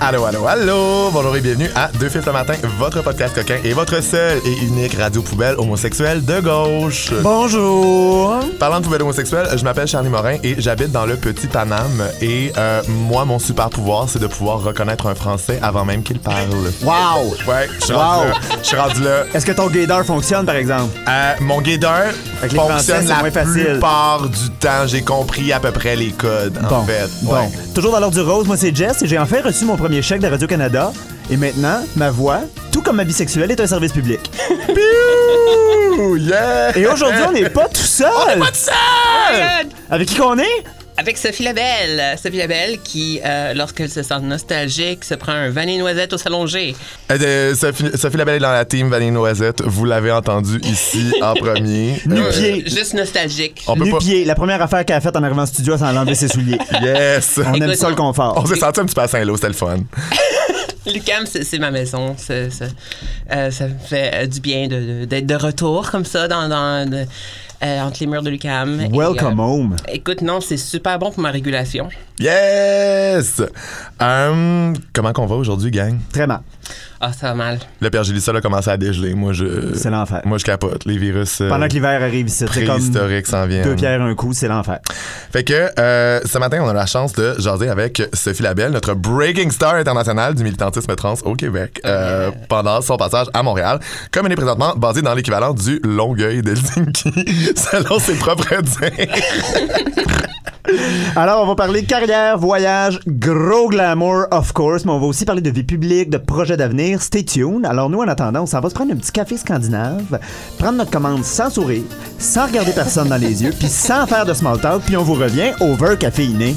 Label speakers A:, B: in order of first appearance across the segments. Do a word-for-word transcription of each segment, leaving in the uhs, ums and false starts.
A: Allô, allô, allô! Bonjour et bienvenue à Deux Fifs le matin, votre podcast coquin et votre seul et unique radio poubelle homosexuelle de gauche.
B: Bonjour!
A: Parlant de poubelle homosexuelle, je m'appelle Charlie Morin et j'habite dans le Petit Paname. Et euh, moi, mon super pouvoir, c'est de pouvoir reconnaître un Français avant même qu'il parle.
B: Wow!
A: Ouais, je suis
B: Wow.
A: rendu là. Je suis rendu là.
B: Est-ce que ton gaydar fonctionne, par exemple?
A: Euh, mon gaydar
B: Avec les Français,
A: fonctionne
B: c'est
A: la
B: moins facile.
A: plupart du temps. J'ai compris à peu près les codes,
B: Bon,
A: en fait.
B: bon.
A: Ouais.
B: Toujours dans l'ordre du rose, moi c'est Jess et j'ai enfin reçu mon premier chèque de Radio-Canada. Et maintenant, ma voix, tout comme ma vie sexuelle, est un service public.
A: Piou! Yeah!
B: Et aujourd'hui, on n'est pas tout seul!
A: On est pas tout seul!
B: Avec qui qu'on est?
C: Avec Sophie Labelle. Sophie Labelle qui, euh, lorsqu'elle se sent nostalgique, se prend un vanille noisette au salon G.
A: Euh, Sophie, Sophie Labelle est dans la team Vanille Noisette. Vous l'avez entendu ici en premier.
B: Nu-pied.
C: Juste nostalgique.
A: On peut pas...
B: Nu-pied. La première affaire qu'elle a faite en arrivant en studio, c'est enlever ses souliers.
A: Yes!
B: On aime
C: Écoute,
B: ça le confort.
A: On s'est senti un petit peu à Saint-Lô, c'était le fun.
C: Lucam, c'est, c'est ma maison. C'est, c'est, euh, ça me fait euh, du bien de, de, d'être de retour comme ça dans, dans, de, euh, entre les murs de Lucam.
B: Welcome
C: Et, euh,
B: home.
C: Écoute, non, c'est super bon pour ma régulation.
A: Yes! Um, comment qu'on va aujourd'hui, gang?
B: Très mal.
C: Ah, ça va mal.
A: Le Père Gélissa a commencé à dégeler. Moi, je...
B: C'est l'enfer.
A: Moi, je capote. Les virus euh,
B: Pendant que l'hiver arrive ici, c'est comme
A: préhistoriques s'en viennent.
B: deux pierres un coup, c'est l'enfer.
A: Fait que euh, ce matin, on a la chance de jaser avec Sophie Labelle, notre breaking star internationale du militantisme trans au Québec, euh,
C: Yeah.
A: pendant son passage à Montréal, comme elle est présentement basée dans l'équivalent du Longueuil d'Helsinki, selon ses propres dires.
B: Alors, on va parler de carrière, voyage, gros glamour, of course, mais on va aussi parler de vie publique, de projets d'avenir. Stay tuned. Alors, nous, en attendant, on s'en va se prendre un petit café scandinave, prendre notre commande sans sourire, sans regarder personne dans les yeux, puis sans faire de small talk, puis on vous revient over caféiné.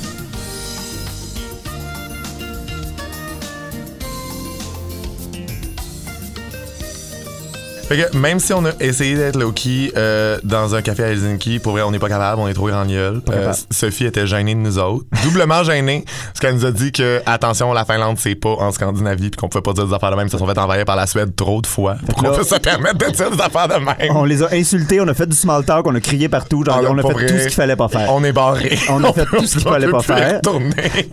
A: Fait que même si on a essayé d'être low-key euh, dans un café à Helsinki, pour vrai, on n'est pas capable, on est trop grand gueule. Euh, Sophie était gênée de nous autres. Doublement gênée, parce qu'elle nous a dit que, attention, la Finlande, c'est pas en Scandinavie, puis qu'on pouvait pas dire des affaires de même, ils se sont fait envahir par la Suède trop de fois. Pour qu'on
B: là-
A: puisse se permettre de dire des affaires de même.
B: On les a insultés, on a fait du small talk, on a crié partout, genre,
A: Ah,
B: on a
A: pas
B: fait
A: vrai.
B: tout ce qu'il fallait pas faire.
A: On est barré.
B: On a fait tout ce qu'il fallait pas faire.
A: Retourner.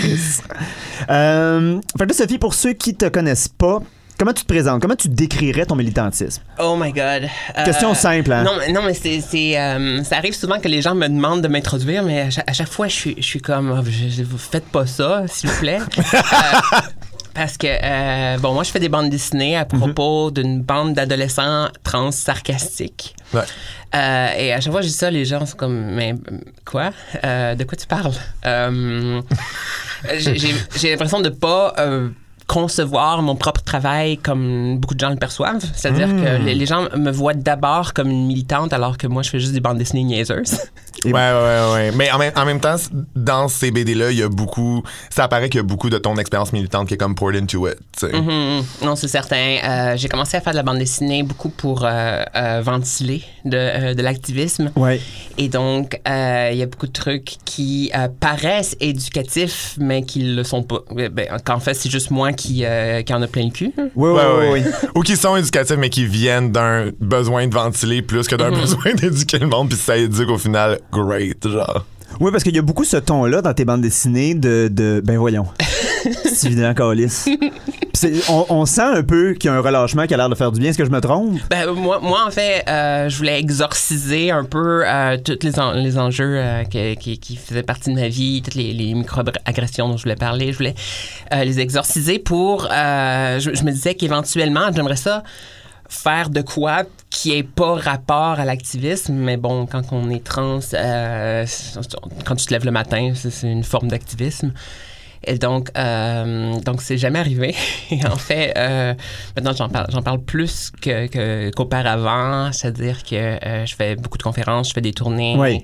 B: Euh, fait que là, Sophie, pour ceux qui te connaissent pas, comment tu te présentes? Comment tu décrirais ton militantisme?
C: Oh my God. Euh,
B: Question simple, hein?
C: Non, mais- non mais c'est, c'est euh, ça arrive souvent que les gens me demandent de m'introduire, mais à chaque, à chaque fois, je suis, je suis comme, oh, je, je- vous faites pas ça, s'il vous plaît. Euh, Parce que, euh, bon, moi, je fais des bandes dessinées à propos d'une bande d'adolescents trans sarcastiques.
A: Ouais.
C: Euh, et à chaque fois que je dis ça, les gens sont comme, mais quoi? Euh, de quoi tu parles? Euh, j'ai, j'ai, j'ai l'impression de pas euh, concevoir mon propre travail comme beaucoup de gens le perçoivent. C'est-à-dire
A: Mm.
C: que les, les gens me voient d'abord comme une militante alors que moi, je fais juste des bandes dessinées niaiseuses.
A: Ouais, ouais, ouais, ouais. Mais en même, en même temps, dans ces B D-là, il y a beaucoup. Ça apparaît qu'il y a beaucoup de ton expérience militante qui est comme poured into it. Tu sais.
C: Mhm. Non, c'est certain. Euh, j'ai commencé à faire de la bande dessinée beaucoup pour euh, euh, ventiler de, euh, de l'activisme.
B: Ouais.
C: Et donc, euh, il y a beaucoup de trucs qui euh, paraissent éducatifs, mais qui le sont pas. Euh, Ben, qu'en fait, c'est juste moi qui, euh, qui en a plein le cul.
B: Oui, oui,
A: Ouais,
B: oui,
A: ouais.
B: oui.
A: Ou qui sont éducatifs, mais qui viennent d'un besoin de ventiler plus que d'un besoin d'éduquer le monde, puis ça éduque au final, great, genre.
B: Oui, parce qu'il y a beaucoup ce ton-là dans tes bandes dessinées de... de ben voyons. C'est évident, Calice. Puis c'est- On, on sent un peu qu'il y a un relâchement qui a l'air de faire du bien. Est-ce que je me trompe?
C: Ben, moi, moi, en fait, euh, je voulais exorciser un peu euh, tous les, en- les enjeux euh, que- qui, qui faisaient partie de ma vie, toutes les, les micro-agressions dont je voulais parler. Je voulais euh, les exorciser pour... euh, je, je me disais qu'éventuellement, j'aimerais ça faire de quoi qui ait pas rapport à l'activisme, mais bon, quand on est trans, euh, quand tu te lèves le matin, c'est, c'est une forme d'activisme. Et donc, euh, donc c'est jamais arrivé. Et en fait, euh, maintenant, j'en parle, j'en parle plus que, que, qu'auparavant. C'est-à-dire que euh, je fais beaucoup de conférences, je fais des tournées.
B: Oui.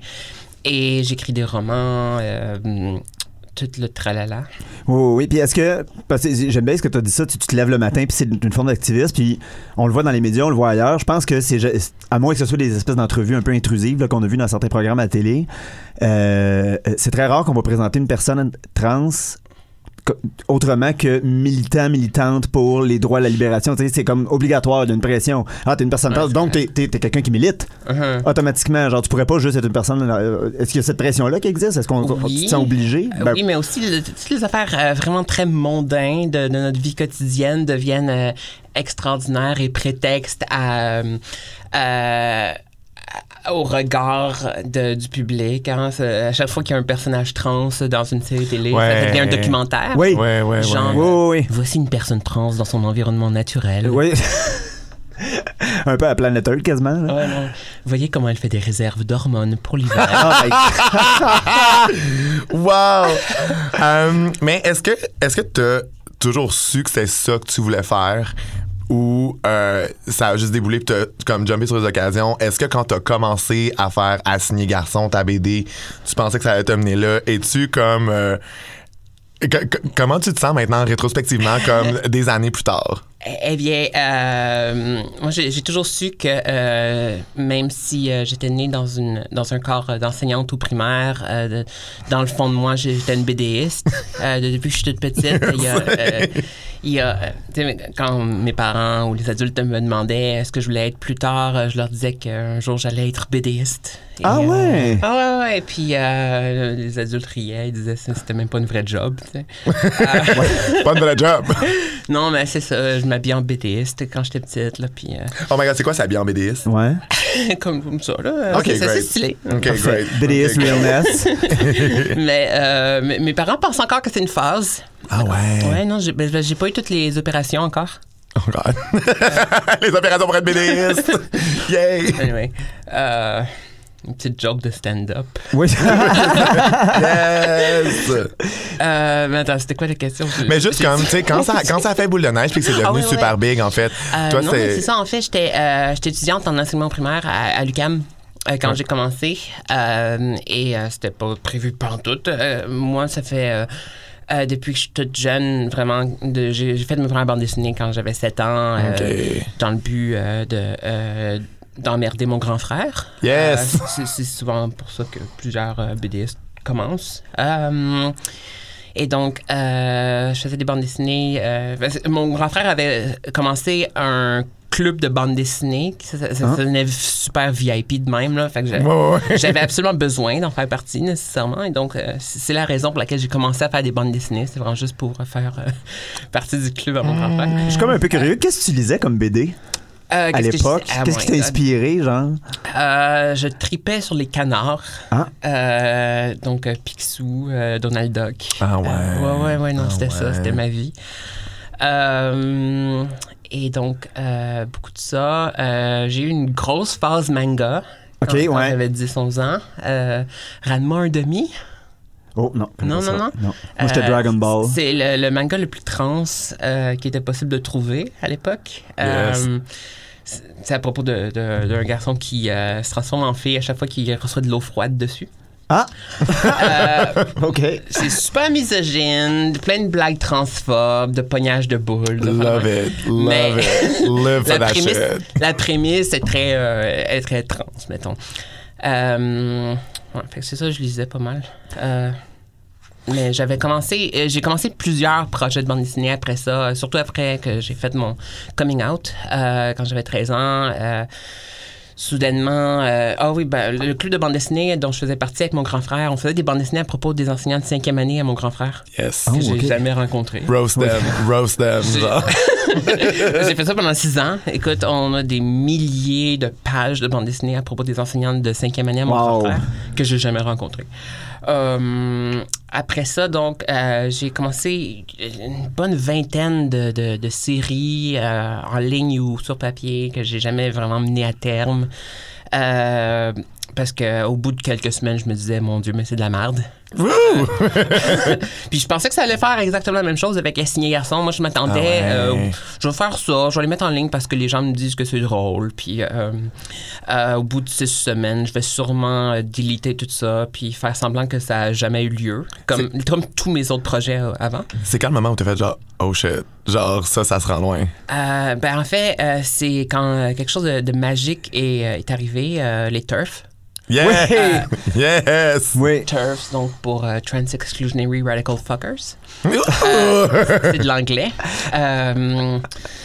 C: Et j'écris des romans, euh, tout le tralala.
B: Oui, oui, oui. Puis est-ce que... Parce que j'aime bien ce que tu as dit ça, tu, tu te lèves le matin, puis c'est une forme d'activisme, puis on le voit dans les médias, on le voit ailleurs. Je pense que c'est... À moins que ce soit des espèces d'entrevues un peu intrusives là, qu'on a vues dans certains programmes à la télé, euh, c'est très rare qu'on va présenter une personne trans autrement que militant, militante pour les droits à la libération. Tu sais, c'est comme obligatoire d'une pression. Ah, t'es une personne trans,
C: Ouais,
B: donc t'es, t'es, t'es quelqu'un qui milite.
C: Uh-huh.
B: Automatiquement, genre, tu pourrais pas juste être une personne... euh, Est-ce qu'il y a cette pression-là qui existe? Est-ce qu'on
C: Oui.
B: tu te sens obligé?
C: Euh,
B: Ben,
C: oui, mais aussi, le- toutes les affaires euh, vraiment très mondaines de, de notre vie quotidienne deviennent euh, extraordinaires et prétextes à... euh, euh, au regard de, du public. Hein. C'est- À chaque fois qu'il y a un personnage trans dans une série télé,
A: Ouais.
C: ça devient un documentaire.
B: Oui.
A: Ouais, ouais,
C: Genre,
A: ouais.
B: Oui, oui,
C: voici une personne trans dans son environnement naturel.
B: oui. Un peu à Planet Earth, quasiment. Là.
C: Ouais, non. Voyez comment elle fait des réserves d'hormones pour l'hiver.
B: Ah, ben,
A: Wow! Euh, mais est-ce que est-ce que t'as toujours su que c'était ça que tu voulais faire? Ou euh, ça a juste déboulé pis t'as comme jumpé sur les occasions. Est-ce que quand t'as commencé à faire Assigné Garçon, ta B D, tu pensais que ça allait te mener là? Es-tu comme... euh, que- que- comment tu te sens maintenant, rétrospectivement, comme des années plus tard?
C: Eh bien, euh, moi, j'ai, j'ai toujours su que euh, même si euh, j'étais née dans, une, dans un corps d'enseignante au primaire, euh, de- dans le fond de moi, j'étais une BDiste. Euh, depuis que je suis toute petite, il y a... euh, il y a euh, tu sais, quand mes parents ou les adultes me demandaient est-ce que je voulais être plus tard, euh, je leur disais qu'un jour, j'allais être BDiste. Et,
B: Ah ouais?
C: euh, ah ouais, ouais. Et puis, euh, les adultes riaient, ils disaient que c'était même pas une vraie job. Tu sais. Euh,
A: Pas de vrai job!
C: non, mais c'est ça. Je m'habillais en BDiste quand j'étais petite. Là, puis, euh,
A: Oh my God, c'est quoi ça, bien en BDiste?
B: ouais.
C: comme, comme ça. Là.
A: Ok,
C: c'est, c'est
A: great.
C: assez stylé.
A: OK,
B: Parfait.
A: great.
B: B D S
A: OK, great.
B: Realness.
C: Mais euh, mes, mes parents pensent encore que c'est une phase.
A: Ah ouais?
C: Ouais, non, j'ai, ben, j'ai pas eu toutes les opérations encore.
A: Oh God. Les opérations pour être BDiste! Yay!
C: Anyway. Euh, une petite joke de stand-up.
B: Oui.
A: Yes!
C: Euh, mais attends, c'était quoi la question? Je-
A: Mais juste
C: j'ai-
A: comme, tu sais, quand ça, quand ça fait boule de neige puis que c'est devenu
C: Ah ouais, ouais,
A: super
C: ouais.
A: big, en fait,
C: Euh,
A: toi,
C: non,
A: c'est...
C: mais c'est ça. En fait, j'étais, euh, j'étais étudiante en enseignement primaire à, à l'U Q A M. Euh, quand
A: Ouais.
C: j'ai commencé. Euh, et euh, c'était pas prévu pantoute. Euh, moi, ça fait... euh, euh, depuis que je suis toute jeune, vraiment, de, j'ai, j'ai fait de mes premières bandes dessinées quand j'avais sept ans, euh,
A: OK.
C: dans le but euh, de, euh, d'emmerder mon grand frère.
A: Yes!
C: Euh, c'est, c'est souvent pour ça que plusieurs euh, BDistes commencent. Euh, et donc, euh, je faisais des bandes dessinées. Euh, mon grand frère avait commencé un club de bande dessinée. Ça, ça, ça
B: Hein?
C: devenait super V I P de même. Là, fait que j'avais,
A: Ouais, ouais, ouais.
C: j'avais absolument besoin d'en faire partie, nécessairement. Et donc, euh, c'est c'est la raison pour laquelle j'ai commencé à faire des bandes dessinées. C'est vraiment juste pour faire euh, partie du club à mon grand frère.
B: Je suis comme un peu curieux. Qu'est-ce que tu lisais comme B D
C: Euh,
B: à
C: qu'est-ce que je-
B: l'époque?
C: Ah,
B: Qu'est-ce
C: my
B: qui t'a
C: God.
B: inspiré, genre?
C: Euh, je tripais sur les canards.
B: Ah.
C: Euh, donc, euh, Picsou, euh, Donald Duck.
A: Ah ouais.
C: Euh, ouais, ouais, ouais, non,
A: Ah
C: c'était
A: ouais.
C: ça, c'était ma vie. Euh, et donc, euh, beaucoup de ça. Euh, j'ai eu une grosse phase manga.
B: OK,
C: quand, quand
B: ouais.
C: j'avais dix onze ans. Euh, Ranma un demi.
B: Oh, non.
C: Non,
B: pas ça.
C: non, non.
B: Moi, j'étais
C: Euh,
B: Dragon Ball.
C: C'est le, le manga le plus trans euh, qui était possible de trouver à l'époque.
A: Yes.
C: Euh, c'est c'est à propos de, de- d'un garçon qui euh, se transforme en fille à chaque fois qu'il reçoit de l'eau froide dessus.
B: Ah!
C: Euh,
B: OK.
C: c'est super misogyne, plein de blagues transphobes, de pognage de boules. de
A: Love
C: vraiment-
A: it. Love
C: Mais-
A: it. Live for
C: la,
A: that
C: prémisse,
A: shit.
C: la prémisse est très, euh, est très trans, mettons. Euh, ouais, fait que c'est ça, je lisais pas mal. Euh, mais j'avais commencé, euh, j'ai commencé plusieurs projets de bande dessinée après ça, euh, surtout après que j'ai fait mon coming out, euh, quand j'avais treize ans. Euh, soudainement, euh, ah oui, ben, le club de bande dessinée dont je faisais partie avec mon grand frère, on faisait des bandes dessinées à propos des enseignants de cinquième année à mon grand frère,
A: Yes.
C: que
B: Oh,
C: j'ai
B: ok.
C: jamais rencontré.
A: Roast them. Roast them.
C: J'ai-
A: genre.
C: J'ai fait ça pendant six ans. Écoute, on a des milliers de pages de bande dessinée à propos des enseignantes de cinquième année à mon
B: Wow.
C: grand frère que j'ai jamais rencontré. Euh, après ça, donc, euh, j'ai commencé une bonne vingtaine de, de, de séries euh, en ligne ou sur papier que j'ai jamais vraiment mené à terme. Euh, parce qu'au bout de quelques semaines, je me disais, mon Dieu, mais c'est de la merde. Puis je pensais que ça allait faire exactement la même chose avec Assigné Garçon. Moi, je m'attendais,
A: Ah ouais.
C: euh, je vais faire ça, je vais les mettre en ligne parce que les gens me disent que c'est drôle. Puis euh, euh, au bout de six semaines, je vais sûrement euh, déliter tout ça puis faire semblant que ça n'a jamais eu lieu. Comme, comme tous mes autres projets euh, avant.
A: C'est quand le moment où t'as fait genre, oh shit, genre ça, ça se rend loin.
C: Euh, ben en fait, euh, c'est quand euh, quelque chose de, de magique est, euh, est arrivé, euh, les turfs.
A: Yeah!
B: Oui.
A: Yes!
B: Oui.
C: TERFs, donc pour euh, Trans Exclusionary Radical Fuckers. Euh, c'est de l'anglais. Euh,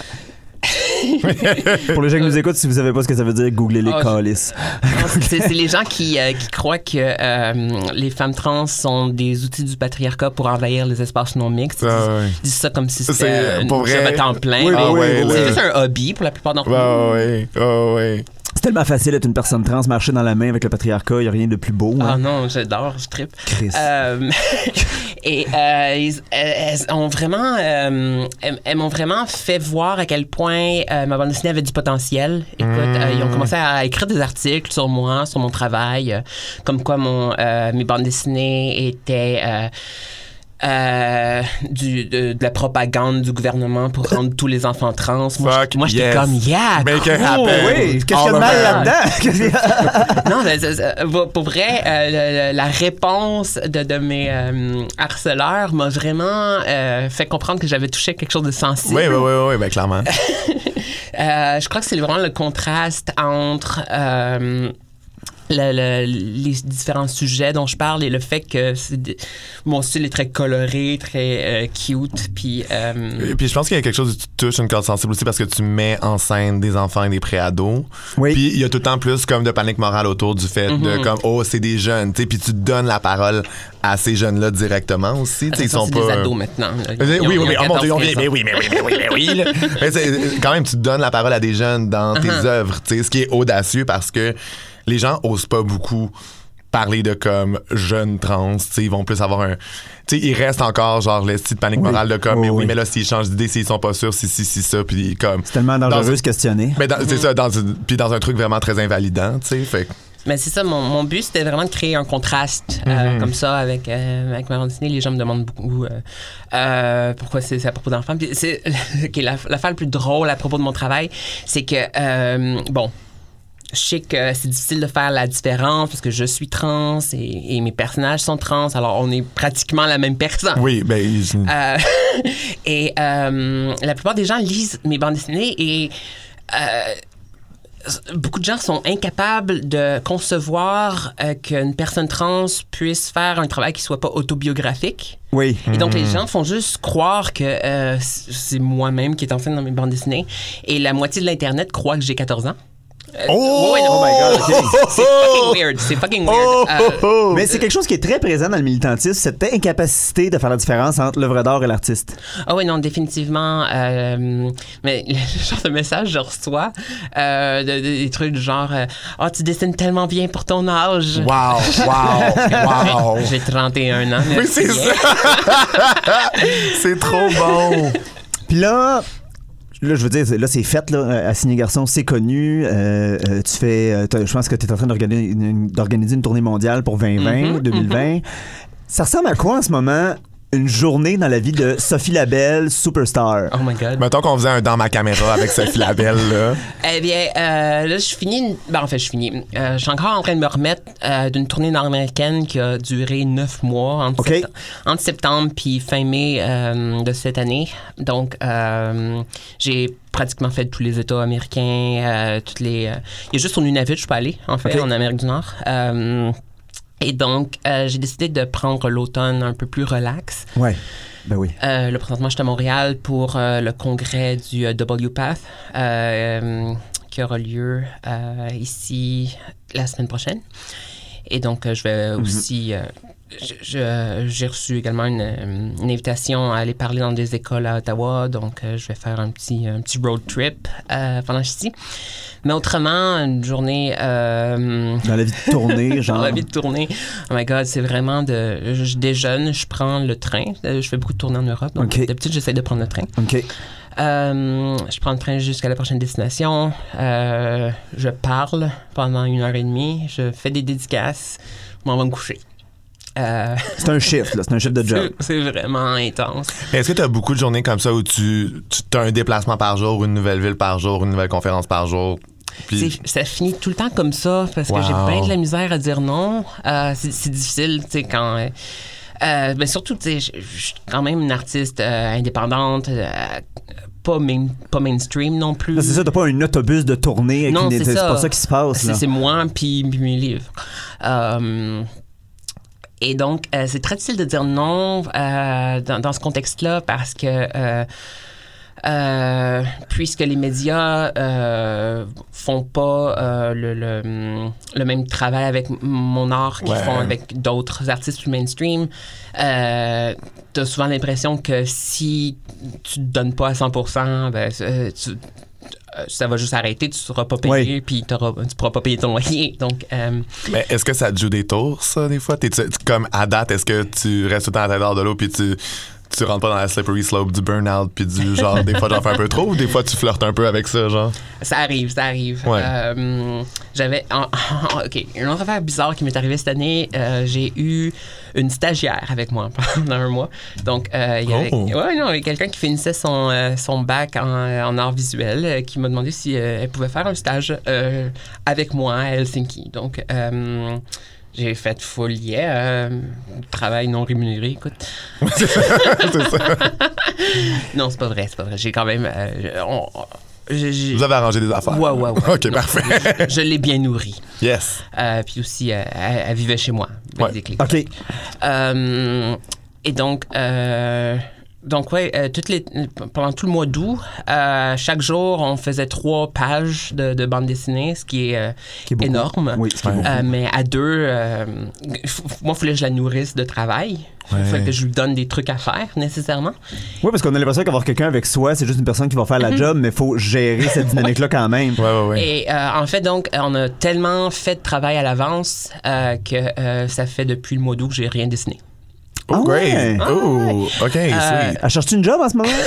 B: Pour les gens qui nous écoutent, si vous savez pas ce que ça veut dire, googlez les
C: Oh,
B: calices.
C: Non, c'est, c'est les gens qui, euh, qui croient que euh, les femmes trans sont des outils du patriarcat pour envahir les espaces non mixtes. Ils
A: Ah,
C: disent,
A: ouais.
C: disent ça comme si c'était
A: C'est,
C: euh, une
A: pour vrai.
C: job à temps plein.
B: Oui,
C: mais
A: oui, oui,
C: c'est
A: oui.
C: juste un hobby pour la plupart d'entre nous.
A: Ah ouais, ah ouais.
B: C'est tellement facile d'être une personne trans, marcher dans la main avec le patriarcat, il n'y a rien de plus beau.
C: Ah
B: Hein?
C: non, j'adore, je trippe.
B: Chris.
C: Euh, et euh, ils- elles, elles ont vraiment, euh, elles, elles m'ont vraiment fait voir à quel point euh, ma bande dessinée avait du potentiel. Écoute, euh, ils ont commencé à écrire des articles sur moi, sur mon travail, euh, comme quoi mon, euh, mes bandes dessinées étaient euh, euh, du, de, de la propagande du gouvernement pour rendre tous les enfants trans. Moi,
A: Fuck,
C: je- moi, j'étais
A: yes.
C: comme, yeah,
A: Make it
C: cool.
A: happen.
B: Oui, qu'est-ce qu'il y a de
A: All
B: mal
A: around.
B: là-dedans?
C: Non, mais, euh, euh, pour vrai, euh, le- la réponse de, de mes euh, harceleurs m'a vraiment euh, fait comprendre que j'avais touché quelque chose de sensible.
A: Oui, oui, oui, oui, ben clairement.
C: Euh, je crois que c'est vraiment le contraste entre euh, le- le- les différents sujets dont je parle et le fait que c'est de- mon style est très coloré, très euh, cute, puis... euh,
A: Et puis je pense qu'il y a quelque chose où tu touches une corde sensible aussi parce que tu mets en scène des enfants et des préados.
B: Oui.
A: Puis il y a tout le temps plus comme de panique morale autour du fait de
C: Mhm.
A: comme oh c'est des jeunes, tu sais, puis tu donnes la parole à ces jeunes-là directement aussi, tu sais, ils sont
C: c'est
A: pas
C: des ados maintenant. là. Ils ont-
A: Oui,
C: ils ont-
A: oui,
C: ils ont
A: oui, oh mon Dieu, on
C: quatorze,
A: vient- mais oui, mais oui, mais oui, mais oui. là. Mais c'est- quand même, tu donnes la parole à des jeunes dans tes
C: Uh-huh.
A: œuvres, tu sais, ce qui est audacieux parce que les gens osent pas beaucoup parler de comme jeunes trans, tu sais, ils vont plus avoir un... Tu sais, il reste encore genre le style de panique
B: Oui.
A: morale de comme,
B: Oui,
A: mais oui,
B: oui.
A: mais là, s'ils changent d'idée, s'ils sont pas sûrs, si, si, si, ça, puis comme...
B: C'est tellement
A: Dans-
B: dangereux de se questionner.
A: Mais dans- c'est ça, dans, puis dans un truc vraiment très invalidant, tu sais, fait que-
C: Mais c'est ça, mon, mon but, c'était vraiment de créer un contraste euh,
A: Mhm.
C: comme ça avec, euh, avec ma bande dessinée. Les gens me demandent beaucoup euh, euh, pourquoi c'est, c'est à propos d'enfants. Puis c'est, okay, la, l'affaire la plus drôle à propos de mon travail, c'est que, euh, bon, je sais que c'est difficile de faire la différence parce que je suis trans et, et mes personnages sont trans, alors on est pratiquement la même personne.
A: Oui, ben... ils-
C: Euh, et euh, la plupart des gens lisent mes bandes dessinées et euh, beaucoup de gens sont incapables de concevoir euh, qu'une personne trans puisse faire un travail qui soit pas autobiographique.
B: Oui.
C: Et donc, les gens font juste croire que euh, c'est moi-même qui est en scène dans mes bandes dessinées. Et la moitié de l'Internet croit que j'ai quatorze ans. Euh,
A: Oh!
C: ouais, non,
B: Oh my God, ok.
C: C'est fucking weird. C'est fucking weird.
A: Oh,
C: Euh,
A: oh, oh.
B: Mais c'est quelque chose qui est très présent dans le militantisme, cette incapacité de faire la différence entre l'œuvre d'art et l'artiste.
C: Ah oui, non, définitivement. euh, mais le genre de message que je reçois, euh, de- de- des trucs du genre euh, « Ah, tu dessines tellement bien pour ton âge.
A: Wow, wow, wow.
C: J'ai trente et un ans.
A: Oui,
C: merci
A: c'est
C: bien.
A: ça. C'est trop bon.
B: Puis là, là, je veux dire, là, c'est fait, là, à Signé Garçon, c'est connu. Euh, euh, tu fais, euh, t'as- je pense que tu es en train d'organiser une, d'organiser une tournée mondiale pour vingt vingt,
C: Mhm,
B: deux mille vingt. Ça ressemble à quoi en ce moment, une journée dans la vie de Sophie Labelle, superstar?
C: Oh my God.
A: Mettons qu'on faisait un dans ma caméra avec Sophie Labelle, là.
C: Eh bien, euh, là, je finis. une- Ben, en fait, je finis. Euh, je suis encore en train de me remettre euh, d'une tournée nord-américaine qui a duré neuf mois, entre,
B: OK.
C: septem- entre septembre puis fin mai euh, de cette année. Donc, euh, j'ai pratiquement fait tous les États américains, euh, toutes les. euh, Il y a juste au Nunavut, je peux aller, en fait,
B: OK.
C: en Amérique du Nord. Euh, et donc, euh, j'ai décidé de prendre l'automne un peu plus relax.
B: Ouais, ben oui.
C: Euh, là, présentement, je suis à Montréal pour euh, le congrès du euh, W P A T euh, qui aura lieu euh, ici la semaine prochaine. Et donc, euh, je vais aussi... euh, je- je- j'ai reçu également une, euh, une invitation à aller parler dans des écoles à Ottawa. Donc, euh, je vais faire un petit, un petit road trip euh, pendant que je suis ici. Mais autrement, une journée... euh,
B: Dans la vie de tournée, genre.
C: dans la vie de tournée. Oh my God, c'est vraiment de... Je, je déjeune, je prends le train. Euh, Je fais beaucoup de tournées en Europe. Donc,
B: OK.
C: d'habitude, j'essaie de prendre le train.
B: OK.
C: Euh, je prends le train jusqu'à la prochaine destination. Euh, je parle pendant une heure et demie. Je fais des dédicaces. Je m'en vais me coucher. Euh,
B: C'est un shift, là. C'est un shift de job.
C: c'est, c'est vraiment intense.
A: Mais est-ce que tu as beaucoup de journées comme ça où tu, tu as un déplacement par jour, une nouvelle ville par jour, une nouvelle conférence par jour? Puis...
C: C'est- ça finit tout le temps comme ça parce
A: Wow.
C: que j'ai bien de la misère à dire non. Euh, c'est, c'est difficile, tu sais, quand... Euh, euh, ben surtout, tu sais, je je suis quand même une artiste euh, indépendante, euh, pas, main, pas mainstream non plus.
B: Non, c'est ça, t'as pas un autobus de tournée. Avec
C: non,
B: une...
C: c'est,
B: c'est
C: ça.
B: pas ça qui se passe.
C: C'est,
B: là.
C: c'est moi puis mes livres. Euh, et donc, euh, c'est très difficile de dire non euh, dans, dans ce contexte-là parce que euh, euh, puisque les médias euh, font pas euh, le, le, le même travail avec mon art qu'ils
A: ouais. font
C: avec d'autres artistes du mainstream, euh, t'as souvent l'impression que si tu te donnes pas à cent pour cent, ben, tu, ça va juste arrêter, tu seras pas payé, oui. puis tu pourras pas payer ton loyer. Donc, euh,
A: mais est-ce que ça te joue des tours, ça, des fois? T'es, tu, comme à date, est-ce que tu restes tout le temps à la tête hors de l'eau, puis tu... tu rentres pas dans la slippery slope du burn-out puis du genre des fois j'en fais un peu trop ou des fois tu flirtes un peu avec ça genre?
C: Ça arrive, ça arrive.
A: Ouais.
C: Euh, j'avais... En, en, OK, une autre affaire bizarre qui m'est arrivée cette année, euh, j'ai eu une stagiaire avec moi pendant un mois. Donc, euh, il y avait,
A: oh.
C: ouais, non, il y avait quelqu'un qui finissait son, euh, son bac en, en art visuel euh, qui m'a demandé si euh, elle pouvait faire un stage euh, avec moi à Helsinki. Donc, euh, j'ai fait full yeah, euh, travail non rémunéré, écoute.
A: c'est ça. c'est ça.
C: Non, c'est pas vrai, c'est pas vrai. J'ai quand même... Euh, on, j'ai, j'ai...
A: Vous avez arrangé des affaires.
C: Ouais, ouais, ouais.
A: OK, non, parfait.
C: Je, je l'ai bien nourrie.
A: Yes.
C: Euh, puis aussi, euh, elle, elle vivait chez moi.
A: Ouais.
B: OK.
C: Euh, et donc... Euh, Donc, oui, euh, toutes les, pendant tout le mois d'août, euh, chaque jour, on faisait trois pages de, de bande dessinée, ce qui est, euh,
B: qui est
C: énorme.
B: Oui, ce qui est beaucoup.
C: Euh, mais à deux, euh, f- moi, il fallait que je la nourrisse de travail. Il
A: Ouais.
C: fallait que je lui donne des trucs à faire, nécessairement.
B: Oui, parce qu'on a l'impression qu'avoir quelqu'un avec soi, c'est juste une personne qui va faire la
C: Mm-hmm.
B: job, mais il faut gérer cette dynamique-là quand même.
A: Ouais, ouais, ouais.
C: Et euh, en fait, donc, on a tellement fait de travail à l'avance euh, que euh, ça fait depuis le mois d'août que j'ai rien dessiné.
A: Oh,
B: Ah
A: great.
B: ouais.
A: Oh, OK,
C: Euh,
A: sweet.
B: Elle cherche-tu une job en ce moment?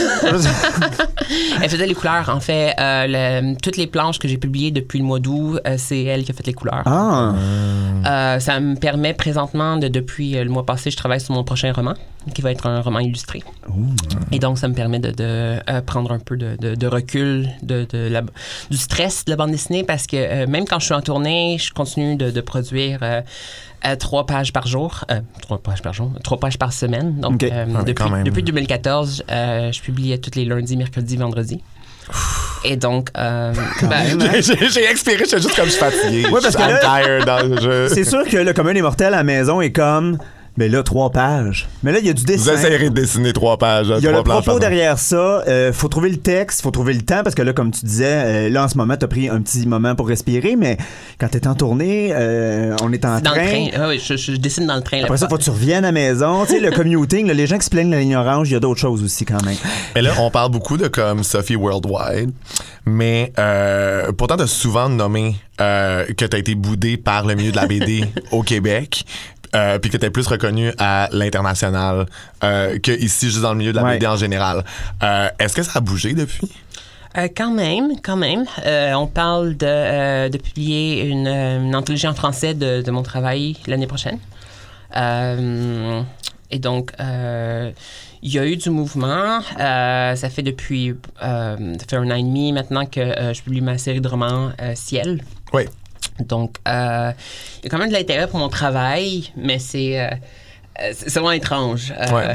C: Elle faisait les couleurs. En fait, euh, le- toutes les planches que j'ai publiées depuis le mois d'août, euh, c'est elle qui a fait les couleurs.
B: Ah.
C: Euh, ça me permet présentement, de, depuis euh, le mois passé, je travaille sur mon prochain roman, qui va être un roman illustré.
B: Ouh.
C: Et donc, ça me permet de, de euh, prendre un peu de, de, de recul de, de la, du stress de la bande dessinée parce que euh, même quand je suis en tournée, je continue de, de produire euh, euh, trois pages par jour. Euh, trois pages par jour? Trois pages par semaine. Donc,
B: Okay.
C: euh,
A: Ah,
C: depuis,
A: quand même.
C: depuis deux mille quatorze, euh, je publiais tous les lundis, mercredis, vendredis. Et donc, euh, ben,
A: J'ai, j'ai, j'ai expiré, j'étais juste comme je suis fatigué.
B: Ouais, parce que
A: I'm
B: là-
A: tired dans le jeu.
B: C'est sûr que le commun des mortels à la maison est comme... Mais là, trois pages. Mais là, il y a du
A: Vous
B: dessin.
A: essayerez de dessiner trois pages.
B: Il y a
A: trois
B: le
A: planches
B: propos
A: par-
B: derrière ça. Euh, faut trouver le texte, faut trouver le temps, parce que là, comme tu disais, euh, là, en ce moment, t'as pris un petit moment pour respirer, mais quand t'es en tournée, euh, on est en
C: c'est dans
B: train.
C: le train. Ah oui, je, je dessine dans le train.
B: Après ça, faut que tu reviennes à la maison. Tu sais, le commuting, là, les gens qui se plaignent de la ligne orange, il y a d'autres choses aussi quand même.
A: Mais là, on parle beaucoup de comme Sophie Worldwide, mais euh, pourtant, t'as souvent nommé euh, que t'as été boudé par le milieu de la B D au Québec. Euh, puis que t'es plus reconnu à l'international euh, que ici juste dans le milieu de la
B: Ouais.
A: B D en général. Euh, est-ce que ça a bougé depuis?
C: Euh, quand même, quand même. Euh, on parle de, euh, de publier une, euh, une anthologie en français de, de mon travail l'année prochaine. Euh, et donc, euh, il y a eu du mouvement. Euh, ça fait depuis euh, ça fait un an et demi maintenant que euh, je publie ma série de romans euh, Ciel.
A: Oui.
C: Donc, euh, il y a quand même de l'intérêt pour mon travail, mais c'est, euh, c'est vraiment étrange. Euh,
A: Ouais.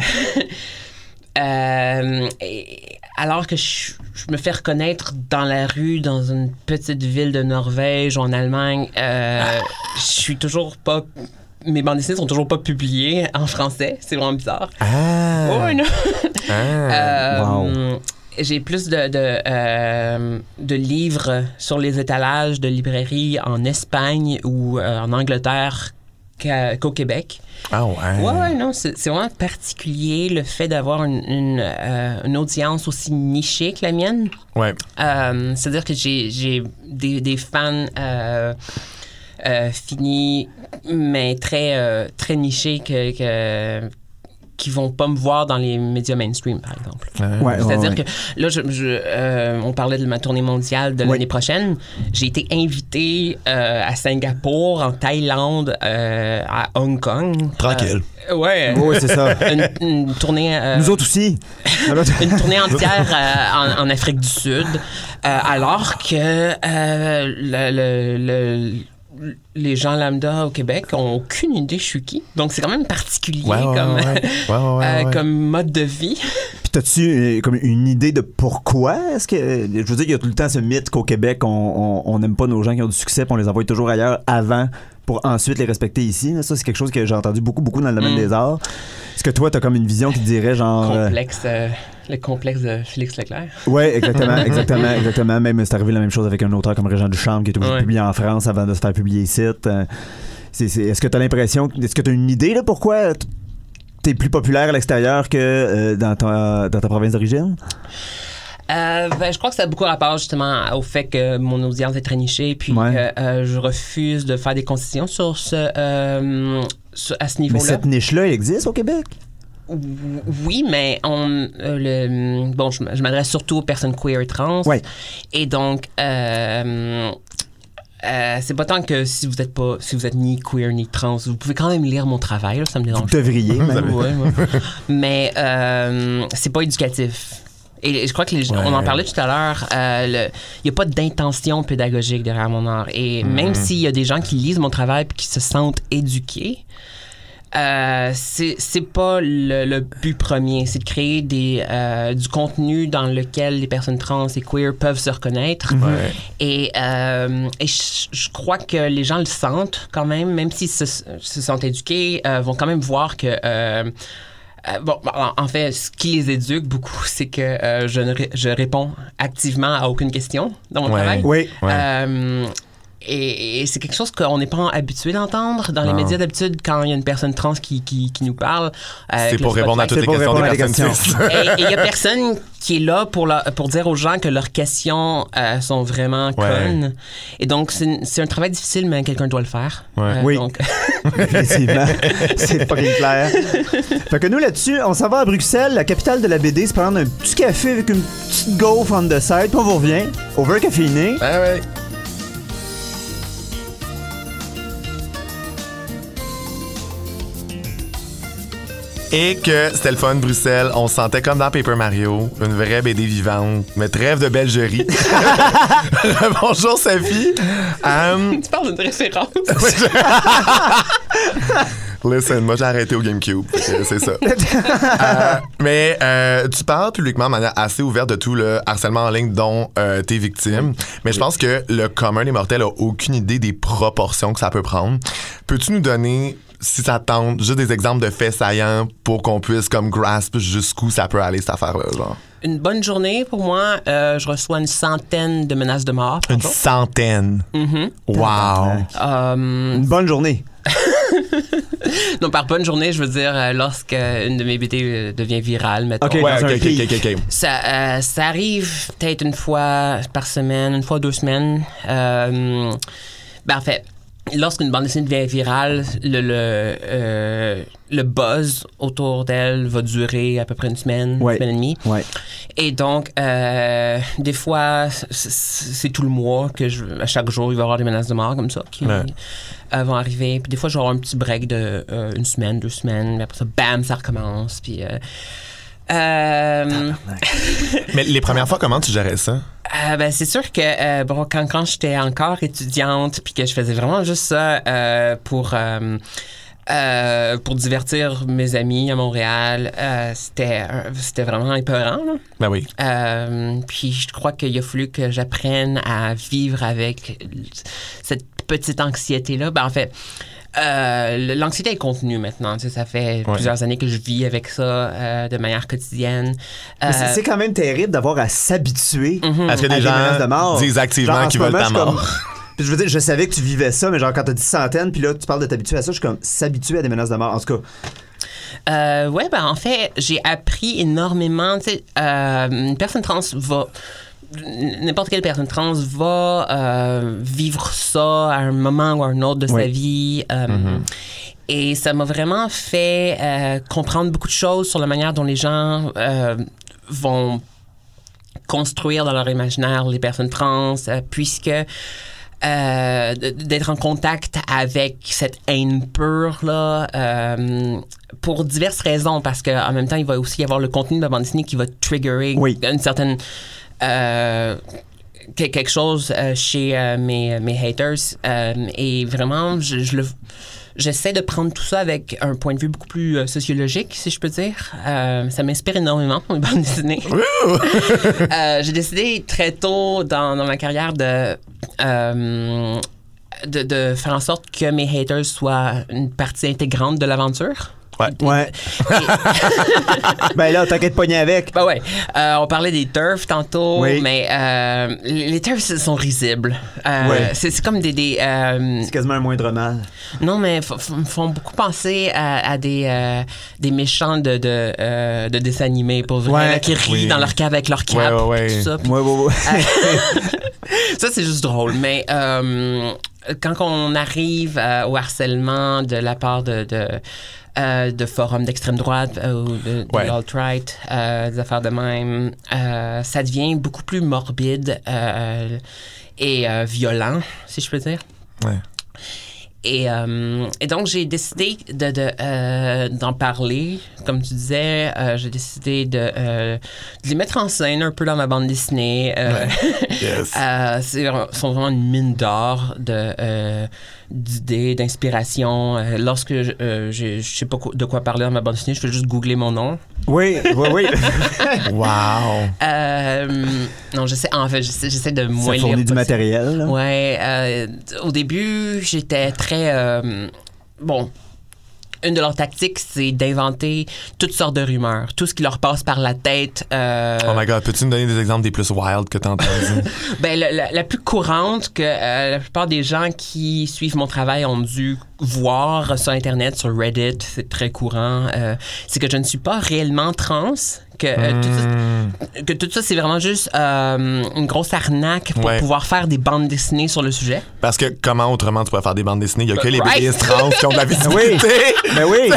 C: euh, et alors que je, je me fais reconnaître dans la rue, dans une petite ville de Norvège ou en Allemagne, euh, je suis toujours pas... Mes bandes dessinées sont toujours pas publiées en français. C'est vraiment bizarre.
A: Ah!
C: Oh, non!
A: Ah.
C: Euh,
B: Wow.
C: J'ai plus de, de, euh, de livres sur les étalages de librairies en Espagne ou euh, en Angleterre qu'à- qu'au Québec.
A: Ah ouais.
C: Ouais, ouais, non, c'est c'est vraiment particulier le fait d'avoir une, une, euh, une audience aussi nichée que la mienne.
A: Ouais.
C: Euh, C'est-à-dire que j'ai j'ai des, des fans euh, euh, finis, mais très, euh, très nichés que, que, qui vont pas me voir dans les médias mainstream, par exemple.
B: Ouais,
C: C'est-à-dire
B: ouais,
C: que là, je, je, euh, on parlait de ma tournée mondiale de
B: Oui.
C: l'année prochaine. J'ai été invité euh, à Singapour, en Thaïlande, euh, à Hong Kong.
A: Tranquille.
C: Euh, ouais.
B: Oui, c'est ça.
C: Une, une tournée. euh,
B: Nous autres aussi.
C: une tournée entière euh, en, en Afrique du Sud, euh, alors que euh, le, le, le- les gens lambda au Québec ont aucune idée je suis qui. Donc, c'est quand même particulier
A: Ouais, ouais,
C: comme,
A: ouais, ouais. Ouais, ouais, ouais,
C: euh,
A: ouais.
C: comme mode de vie.
B: Puis t'as-tu euh, comme une idée de pourquoi? Est-ce que, je veux dire, il y a tout le temps ce mythe qu'au Québec, on n'aime pas nos gens qui ont du succès, puis on les envoie toujours ailleurs avant pour ensuite les respecter ici. Là. Ça, c'est quelque chose que j'ai entendu beaucoup, beaucoup dans le domaine
C: Mm.
B: des arts. Est-ce que toi, t'as comme une vision qui te dirait genre... euh,
C: Complexe, euh, le complexe de Félix Leclerc.
B: Ouais, exactement, exactement, exactement. Même c'est arrivé la même chose avec un auteur comme Régent Duchamp qui est obligé
C: Ouais.
B: de publier en France avant de se faire publier ici. Euh, c'est, c'est, est-ce que tu as l'impression, est-ce que tu as une idée là pourquoi tu es plus populaire à l'extérieur que euh, dans, ta, dans ta province d'origine?
C: Euh, ben, je crois que ça a beaucoup rapport justement au fait que mon audience est très nichée, puis
B: Ouais.
C: que euh, je refuse de faire des concessions sur ce, euh, sur- à ce
B: Mais
C: niveau-là.
B: cette niche-là, elle existe au Québec?
C: Oui, mais on, euh, le, bon, je, je m'adresse surtout aux personnes queer et trans.
B: Ouais.
C: Et donc, euh, euh, c'est pas tant que si vous êtes pas, si vous êtes ni queer ni trans, vous pouvez quand même lire mon travail, là, ça me
B: Vous
C: dérange.
B: devriez, même.
C: Ouais, ouais. Mais euh, c'est pas éducatif. Et je crois que les,
A: Ouais.
C: on en parlait tout à l'heure, euh, le- il n'y a pas d'intention pédagogique derrière mon art. Et
A: Mm.
C: même s'il y a des gens qui lisent mon travail et qui se sentent éduqués, euh, c'est, c'est pas le, le but premier. C'est de créer des, euh, du contenu dans lequel les personnes trans et queer peuvent se reconnaître.
A: Ouais.
C: Et, euh, et je, je crois que les gens le sentent quand même, même s'ils se, se sentent éduqués, euh, vont quand même voir que... euh, Euh, bon, en, en fait, ce qui les éduque beaucoup, c'est que euh, je, ne ré- je réponds activement à aucune question dans mon
A: Ouais.
C: travail.
B: Oui.
A: Ouais.
C: Euh, et, et c'est quelque chose qu'on n'est pas habitué d'entendre. Dans les
A: Non.
C: médias, d'habitude, quand il y a une personne trans qui, qui, qui nous parle... euh, avec
A: C'est
C: le
A: pour répondre à toutes
C: spotlight,
A: les
B: C'est pour
A: questions des
B: répondre à
A: personnes
B: les questions.
A: cis.
C: et il y a personne qui est là pour, la- pour dire aux gens que leurs questions euh, sont vraiment
A: Ouais.
C: connes. Et donc, c'est, une- c'est un travail difficile, mais quelqu'un doit le faire.
A: Ouais.
C: Euh,
B: Oui.
C: donc-
B: Effectivement. C'est pas clair. Fait que nous, là-dessus, on s'en va à Bruxelles, la capitale de la B D, se prendre un petit café avec une petite gaufre on the side, puis on vous revient. Over caféiné.
A: Ah ouais. Et que c'était le fun, Bruxelles. On se sentait comme dans Paper Mario, une vraie B D vivante, mais trêve de belgerie. Bonjour, Sophie. Um,
C: tu parles d'une référence.
A: Listen, moi j'ai arrêté au GameCube, fait que c'est ça. Euh, mais euh, tu parles publiquement de manière assez ouverte de tout le harcèlement en ligne dont euh, t'es victime. Mais je pense que le commun des mortels a aucune idée des proportions que ça peut prendre. Peux-tu nous donner, si ça te tente, juste des exemples de faits saillants pour qu'on puisse comme grasp jusqu'où ça peut aller cette affaire-là, genre?
C: Une bonne journée pour moi, euh, je reçois une centaine de menaces de mort. par
A: Une
C: jour.
A: centaine.
C: Mhm.
A: Wow.
C: Euh,
B: Une bonne journée.
C: non, par bonne journée, je veux dire euh, lorsque une de mes B D euh, devient virale, mettons.
B: Ok.
A: Ouais,
B: Dans
A: ok,
B: un
A: ok,
B: pic.
A: ok, ok.
C: Ça, euh, ça arrive peut-être une fois par semaine, une fois deux semaines. Euh, ben, en fait, lorsqu'une bande dessinée devient virale, le, le, euh, le buzz autour d'elle va durer à peu près une semaine,
B: Ouais.
C: une semaine et demie.
B: Ouais.
C: Et donc, euh, des fois, c- c- c'est tout le mois que je, à chaque jour, il va y avoir des menaces de mort comme ça qui
A: Ouais.
C: euh, vont arriver. Puis des fois, je vais avoir un petit break de euh, une semaine, deux semaines. Mais après ça, bam, ça recommence. Puis... Euh, euh,
A: Mais les premières fois, comment tu gérais ça?
C: euh, ben, c'est sûr que euh, bon, quand, quand j'étais encore étudiante puis que je faisais vraiment juste ça euh, pour, euh, euh, pour divertir mes amis à Montréal, euh, c'était, euh, c'était vraiment épeurant. Là.
A: Ben oui.
C: Euh, puis je crois qu'il a fallu que j'apprenne à vivre avec cette petite anxiété-là. Ben, en fait... Euh, l'anxiété est contenue maintenant. Tu sais, ça fait
A: Ouais.
C: plusieurs années que je vis avec ça euh, de manière quotidienne.
B: Mais c'est,
C: Euh,
B: c'est quand même terrible d'avoir à s'habituer
C: mhm.
A: Est-ce que
B: à
A: des
B: des menaces de mort.
A: gens disent activement
B: Genre, en
A: qu'ils
B: ce
A: veulent
B: moment,
A: ta
B: je suis
A: mort?
B: comme- Puis je veux dire, je savais que tu vivais ça, mais genre quand t'as dit centaines, puis là tu parles de t'habituer à ça, je suis comme s'habituer à des menaces de mort. En tout cas,
C: Euh, ouais, ben en fait, j'ai appris énormément. Tu sais, euh, une personne trans va. N'importe quelle personne trans va euh, vivre ça à un moment ou à un autre de
B: Oui.
C: sa vie. euh, Et ça m'a vraiment fait euh, comprendre beaucoup de choses sur la manière dont les gens euh, vont construire dans leur imaginaire les personnes trans, euh, puisque euh, d- d'être en contact avec cette haine pure là, euh, pour diverses raisons, parce qu'en même temps, il va aussi y avoir le contenu de la bande dessinée qui va triggerer
B: Oui.
C: une certaine euh, quelque chose euh, chez euh, mes, mes haters. Euh, et vraiment, je, je le, j'essaie de prendre tout ça avec un point de vue beaucoup plus euh, sociologique, si je peux dire. Euh, ça m'inspire énormément pour les bandes dessinées. euh, j'ai décidé très tôt dans, dans ma carrière de... Euh, De, de faire en sorte que mes haters soient une partie intégrante de l'aventure.
A: Ouais.
B: Ouais. Ben là, t'inquiète pogner avec.
C: Ben ouais. Euh, on parlait des turfs tantôt,
B: Oui.
C: mais euh, les, les turfs sont risibles. Euh,
B: Ouais.
C: c'est, c'est comme des... des euh,
B: C'est quasiment un moindre mal.
C: non, mais f- f- me font beaucoup penser à, à des, euh, des méchants de, de, euh, de dessins animés, pour vrai,
B: Ouais.
C: là, qui rient
A: Oui.
C: dans leur cave avec leur cape,
A: Ouais, ouais, ouais.
C: tout ça. Puis
B: Ouais, ouais, ouais.
C: ça, c'est juste drôle. Mais euh, quand on arrive euh, au harcèlement de la part de, de, euh, de forums d'extrême droite euh, ou de, de
A: Ouais.
C: l'alt-right, euh, des affaires de même, euh, ça devient beaucoup plus morbide euh, et euh, violent, si je peux dire.
A: Ouais.
C: Et, euh, et donc, j'ai décidé de, de, euh, d'en parler. Comme tu disais, euh, j'ai décidé de, euh, de les mettre en scène un peu dans ma bande dessinée. Euh,
A: Ouais. Yes.
C: euh, c'est sont vraiment une mine d'or de, euh, d'idées, d'inspiration. Euh, lorsque je euh, je sais pas quoi- de quoi parler dans ma bande dessinée, je fais juste googler mon nom.
B: Oui, oui, oui.
A: Wow.
C: Euh, non, j'essaie, en fait, j'essaie, j'essaie de
B: Ça
C: moins lire
B: fournit du
C: possible.
B: matériel. là.
C: Ouais, euh, au début, j'étais très... euh, bon, une de leurs tactiques, c'est d'inventer toutes sortes de rumeurs. Tout ce qui leur passe par la tête. euh,
A: Oh my God, peux-tu me donner des exemples des plus wild que t'as entendus?
C: ben, la, la- la plus courante que euh, la plupart des gens qui suivent mon travail ont dû voir sur Internet, sur Reddit, c'est très courant, euh, c'est que je ne suis pas réellement trans, que, euh, tout, ça, que tout ça, c'est vraiment juste euh, une grosse arnaque pour
A: Ouais.
C: pouvoir faire des bandes dessinées sur le sujet.
A: Parce que comment autrement tu pourrais faire des bandes dessinées? Il y a que les
C: Right.
A: B D S trans qui ont de la
B: Oui,
A: visibilité.
B: ben oui.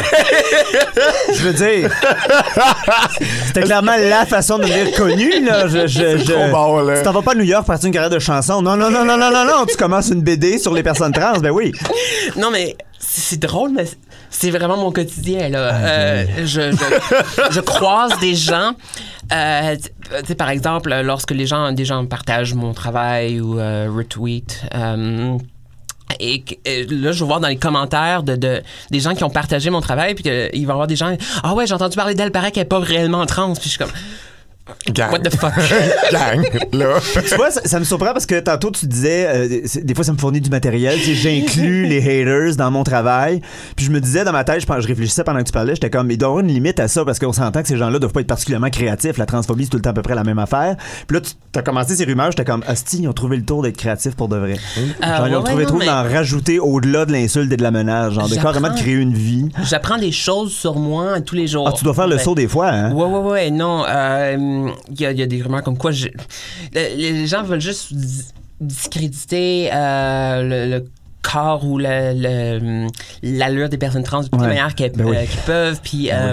B: Je veux dire, c'était clairement la façon de devenir connu, là. Je, je, je...
A: trop bon, là.
B: Tu t'en vas pas à New York partir une carrière de chanson. Non, non, non, non, non, non, non. Tu commences une B D sur les personnes trans. Ben oui.
C: Non, mais c'est c'est drôle, mais c'est vraiment mon quotidien, là. Euh, je, je, je croise des gens, euh, tu sais, par exemple, lorsque les gens, des gens partagent mon travail ou euh, retweet, euh, et, que- et là, je vais voir dans les commentaires de, de des gens qui ont partagé mon travail, puis qu'il va y avoir des gens, ah ouais, j'ai entendu parler d'elle, paraît qu'elle est pas réellement trans, puis je suis comme,
A: Gang.
C: what the fuck?
A: Gang, là.
B: Tu vois, ça, ça me surprend parce que tantôt tu disais, euh, c'est- des fois ça me fournit du matériel. Tu sais, j'inclus les haters dans mon travail. Puis je me disais dans ma tête, je, pense- je réfléchissais pendant que tu parlais, j'étais comme, il doit y avoir une limite à ça parce qu'on s'entend que ces gens-là doivent pas être particulièrement créatifs. La transphobie, c'est tout le temps à peu près la même affaire. Puis là, tu as commencé ces rumeurs, j'étais comme, hostie, ils ont trouvé le tour d'être créatifs pour de vrai. Genre,
C: Euh,
B: ils ont
C: ouais,
B: trouvé le
C: non,
B: tour
C: mais-
B: d'en rajouter au-delà de l'insulte et de la menace. Genre, de
C: J'apprends.
B: carrément de créer une vie.
C: J'apprends des choses sur moi tous les jours.
B: Ah, tu dois faire le
C: Ouais.
B: saut des fois, hein?
C: Ouais, ouais, ouais, non. euh, Il y, a, il y a des rumeurs comme quoi je- le- les gens veulent juste dis- discréditer euh, le, le corps ou le- le- l'allure des personnes trans de toutes
B: Ouais.
C: les manières qu'elles
B: Ben oui.
C: euh, qu'ils peuvent. Puis. euh,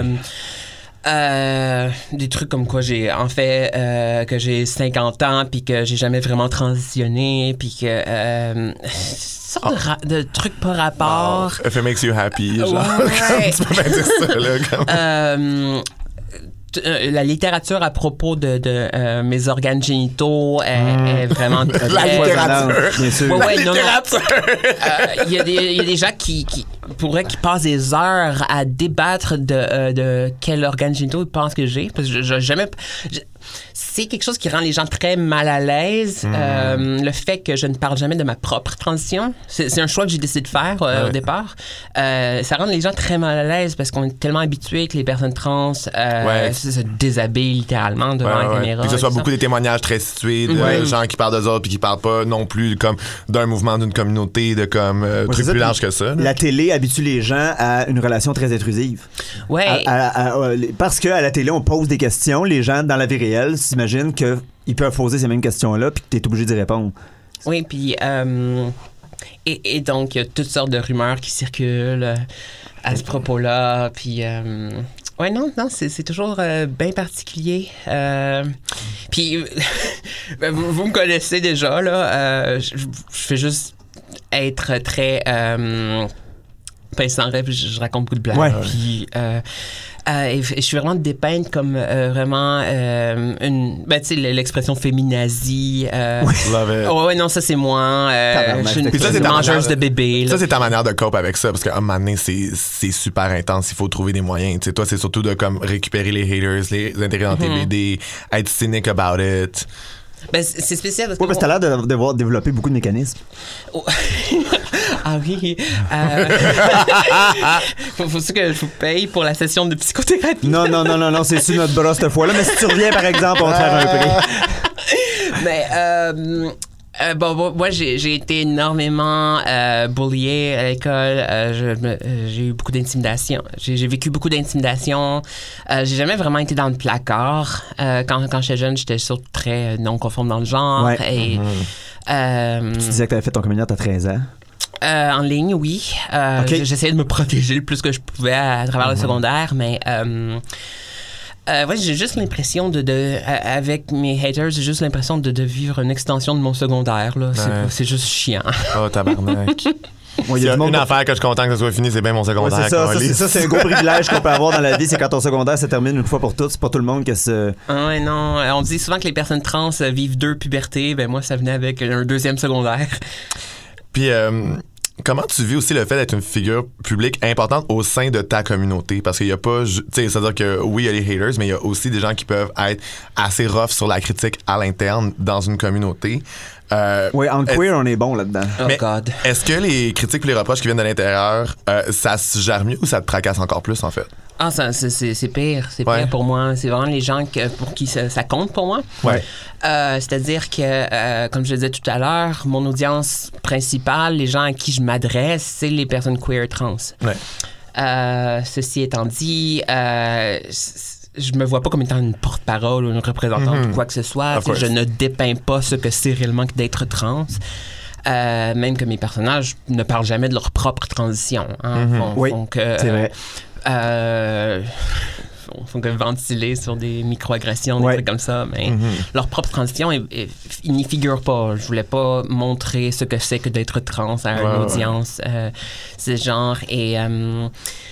C: euh, des trucs comme quoi j'ai en fait euh, que j'ai cinquante ans puis que j'ai jamais vraiment transitionné puis que euh, sortes de, ra- de trucs par rapport.
A: If it makes you happy, genre.
C: Ouais.
A: Tu peux bien dire ça, là. Comme...
C: Euh, t- euh, la littérature à propos de, de euh, mes organes génitaux est, est vraiment très...
A: La littérature.
B: Bien sûr.
C: Ouais, ouais, non, non.
A: littérature.
C: Euh, Il y, a des- il y a des gens qui, qui pourraient qui passent des heures à débattre de, euh, de quel organe génitaux ils pensent que j'ai. Parce que je, je- jamais... je- c'est quelque chose qui rend les gens très mal à l'aise.
A: Mm.
C: Euh, le fait que je ne parle jamais de ma propre transition. C'est, c'est un choix que j'ai décidé de faire euh,
A: Ouais.
C: au départ. Euh, ça rend les gens très mal à l'aise parce qu'on est tellement habitué que les personnes trans euh,
A: Ouais.
C: se, se déshabillent littéralement devant
A: Ouais,
C: la
A: ouais.
C: caméra.
A: Puis que ce soit
C: et tout
A: beaucoup
C: ça.
A: des témoignages très situés de
C: Ouais.
A: gens qui parlent d'eux autres puis qui parlent pas non plus comme d'un mouvement, d'une communauté, de comme euh,
B: Ouais,
A: trucs
B: c'est ça,
A: plus
B: puis
A: larges que ça. là.
B: La télé habitue les gens à une relation très intrusive.
C: Ouais.
B: À- à- à- à- parce qu'à la télé, on pose des questions. Les gens, dans la vie réelle, s'imaginent qu'ils peuvent poser ces mêmes questions-là puis que tu es obligé d'y répondre.
C: Oui, puis... euh, et, et donc, il y a toutes sortes de rumeurs qui circulent euh, à ce propos-là. Puis... euh, ouais, non, non, c'est, c'est toujours euh, bien particulier. Euh, puis, ben, vous, vous me connaissez déjà, là. euh, je, je fais juste être très... Euh, pince sans rêve, je, je raconte beaucoup de blagues.
B: Ouais.
C: Puis... euh, Euh, et, et je suis vraiment dépeinte comme euh, vraiment euh, une. Ben, tu sais, l'expression féminazie. Euh,
A: oui. Love it.
C: Oh, ouais, non, ça, c'est moi. Euh, je suis une,
A: ça,
C: une mangeuse de, de bébés.
A: Ça, c'est ta manière de cope avec ça, parce qu'à un moment donné, c'est, c'est super intense. Il faut trouver des moyens. T'sais, toi, c'est surtout de comme récupérer les haters, les intégrer dans tes mm-hmm. B D, être cynique about it.
C: Ben, c'est spécial parce que.
B: Oui, parce que t'as l'air de devoir développer beaucoup de mécanismes.
C: Oh. Ah oui. Euh... faut, faut que je vous paye pour la session de psychothérapie.
B: Non, non, non, non, non, c'est sur notre bras cette fois-là. Mais si tu reviens, par exemple, on va te faire un prix.
C: Mais, euh. Euh, bon, bon, moi, j'ai, j'ai été énormément euh, bulliée à l'école. Euh, je, me, j'ai eu beaucoup d'intimidation. J'ai, j'ai vécu beaucoup d'intimidation. Euh, j'ai jamais vraiment été dans le placard. Euh, quand, quand j'étais jeune, j'étais surtout très non conforme dans le genre.
B: Ouais.
C: Et,
B: mm-hmm.
C: euh,
B: tu disais que tu avais fait ton communion à treize ans.
C: Euh, en ligne, oui. Euh, okay. J'essayais de me protéger le plus que je pouvais à, à travers mm-hmm. le secondaire, mais... Euh, Euh, ouais, j'ai juste l'impression de, de avec mes haters, j'ai juste l'impression de, de vivre une extension de mon secondaire là. C'est, ouais. c'est juste chiant. Oh tabarnak.
A: Moi, il y a une affaire que je suis content que ça soit fini, c'est bien mon secondaire.
B: Ouais, c'est, ça, ça, c'est ça, c'est un gros privilège qu'on peut avoir dans la vie, c'est quand ton secondaire se termine une fois pour toutes. C'est pas tout le monde que ce.
C: Ah ouais, non. On dit souvent que les personnes trans vivent deux pubertés. Ben moi, ça venait avec un deuxième secondaire.
A: Puis. Euh... Comment tu vis aussi le fait d'être une figure publique importante au sein de ta communauté? Parce qu'il y a pas... Tu sais, c'est-à-dire que oui, il y a les haters, mais il y a aussi des gens qui peuvent être assez rough sur la critique à l'interne dans une communauté.
B: Euh, oui, en queer, on est bon là-dedans.
C: Oh
A: mais
C: God.
A: Est-ce que les critiques et les reproches qui viennent de l'intérieur, euh, ça se gère mieux ou ça te tracasse encore plus, en fait?
C: Ah, ça, c'est, c'est, c'est pire. C'est
A: ouais.
C: pire pour moi. C'est vraiment les gens que, pour qui ça, ça compte pour moi.
A: Ouais.
C: Euh, c'est-à-dire que, euh, comme je le disais tout à l'heure, mon audience principale, les gens à qui je m'adresse, c'est les personnes queer trans.
A: Ouais.
C: Euh, ceci étant dit, euh, je me vois pas comme étant une porte-parole ou une représentante mm-hmm. ou quoi que ce soit. Je ne dépeins pas ce que c'est réellement que d'être trans. Euh, même que mes personnages ne parlent jamais de leur propre transition. Hein.
B: Mm-hmm.
C: Font,
B: oui,
C: font que,
B: c'est vrai.
C: Euh, font, font que ventiler sur des microagressions,
B: ouais.
C: des trucs comme ça, mais
B: mm-hmm.
C: leur propre transition, ils, ils n'y figurent pas. Je voulais pas montrer ce que c'est que d'être trans à une
A: ouais,
C: audience.
A: Ouais.
C: Euh, c'est genre... Et... Euh,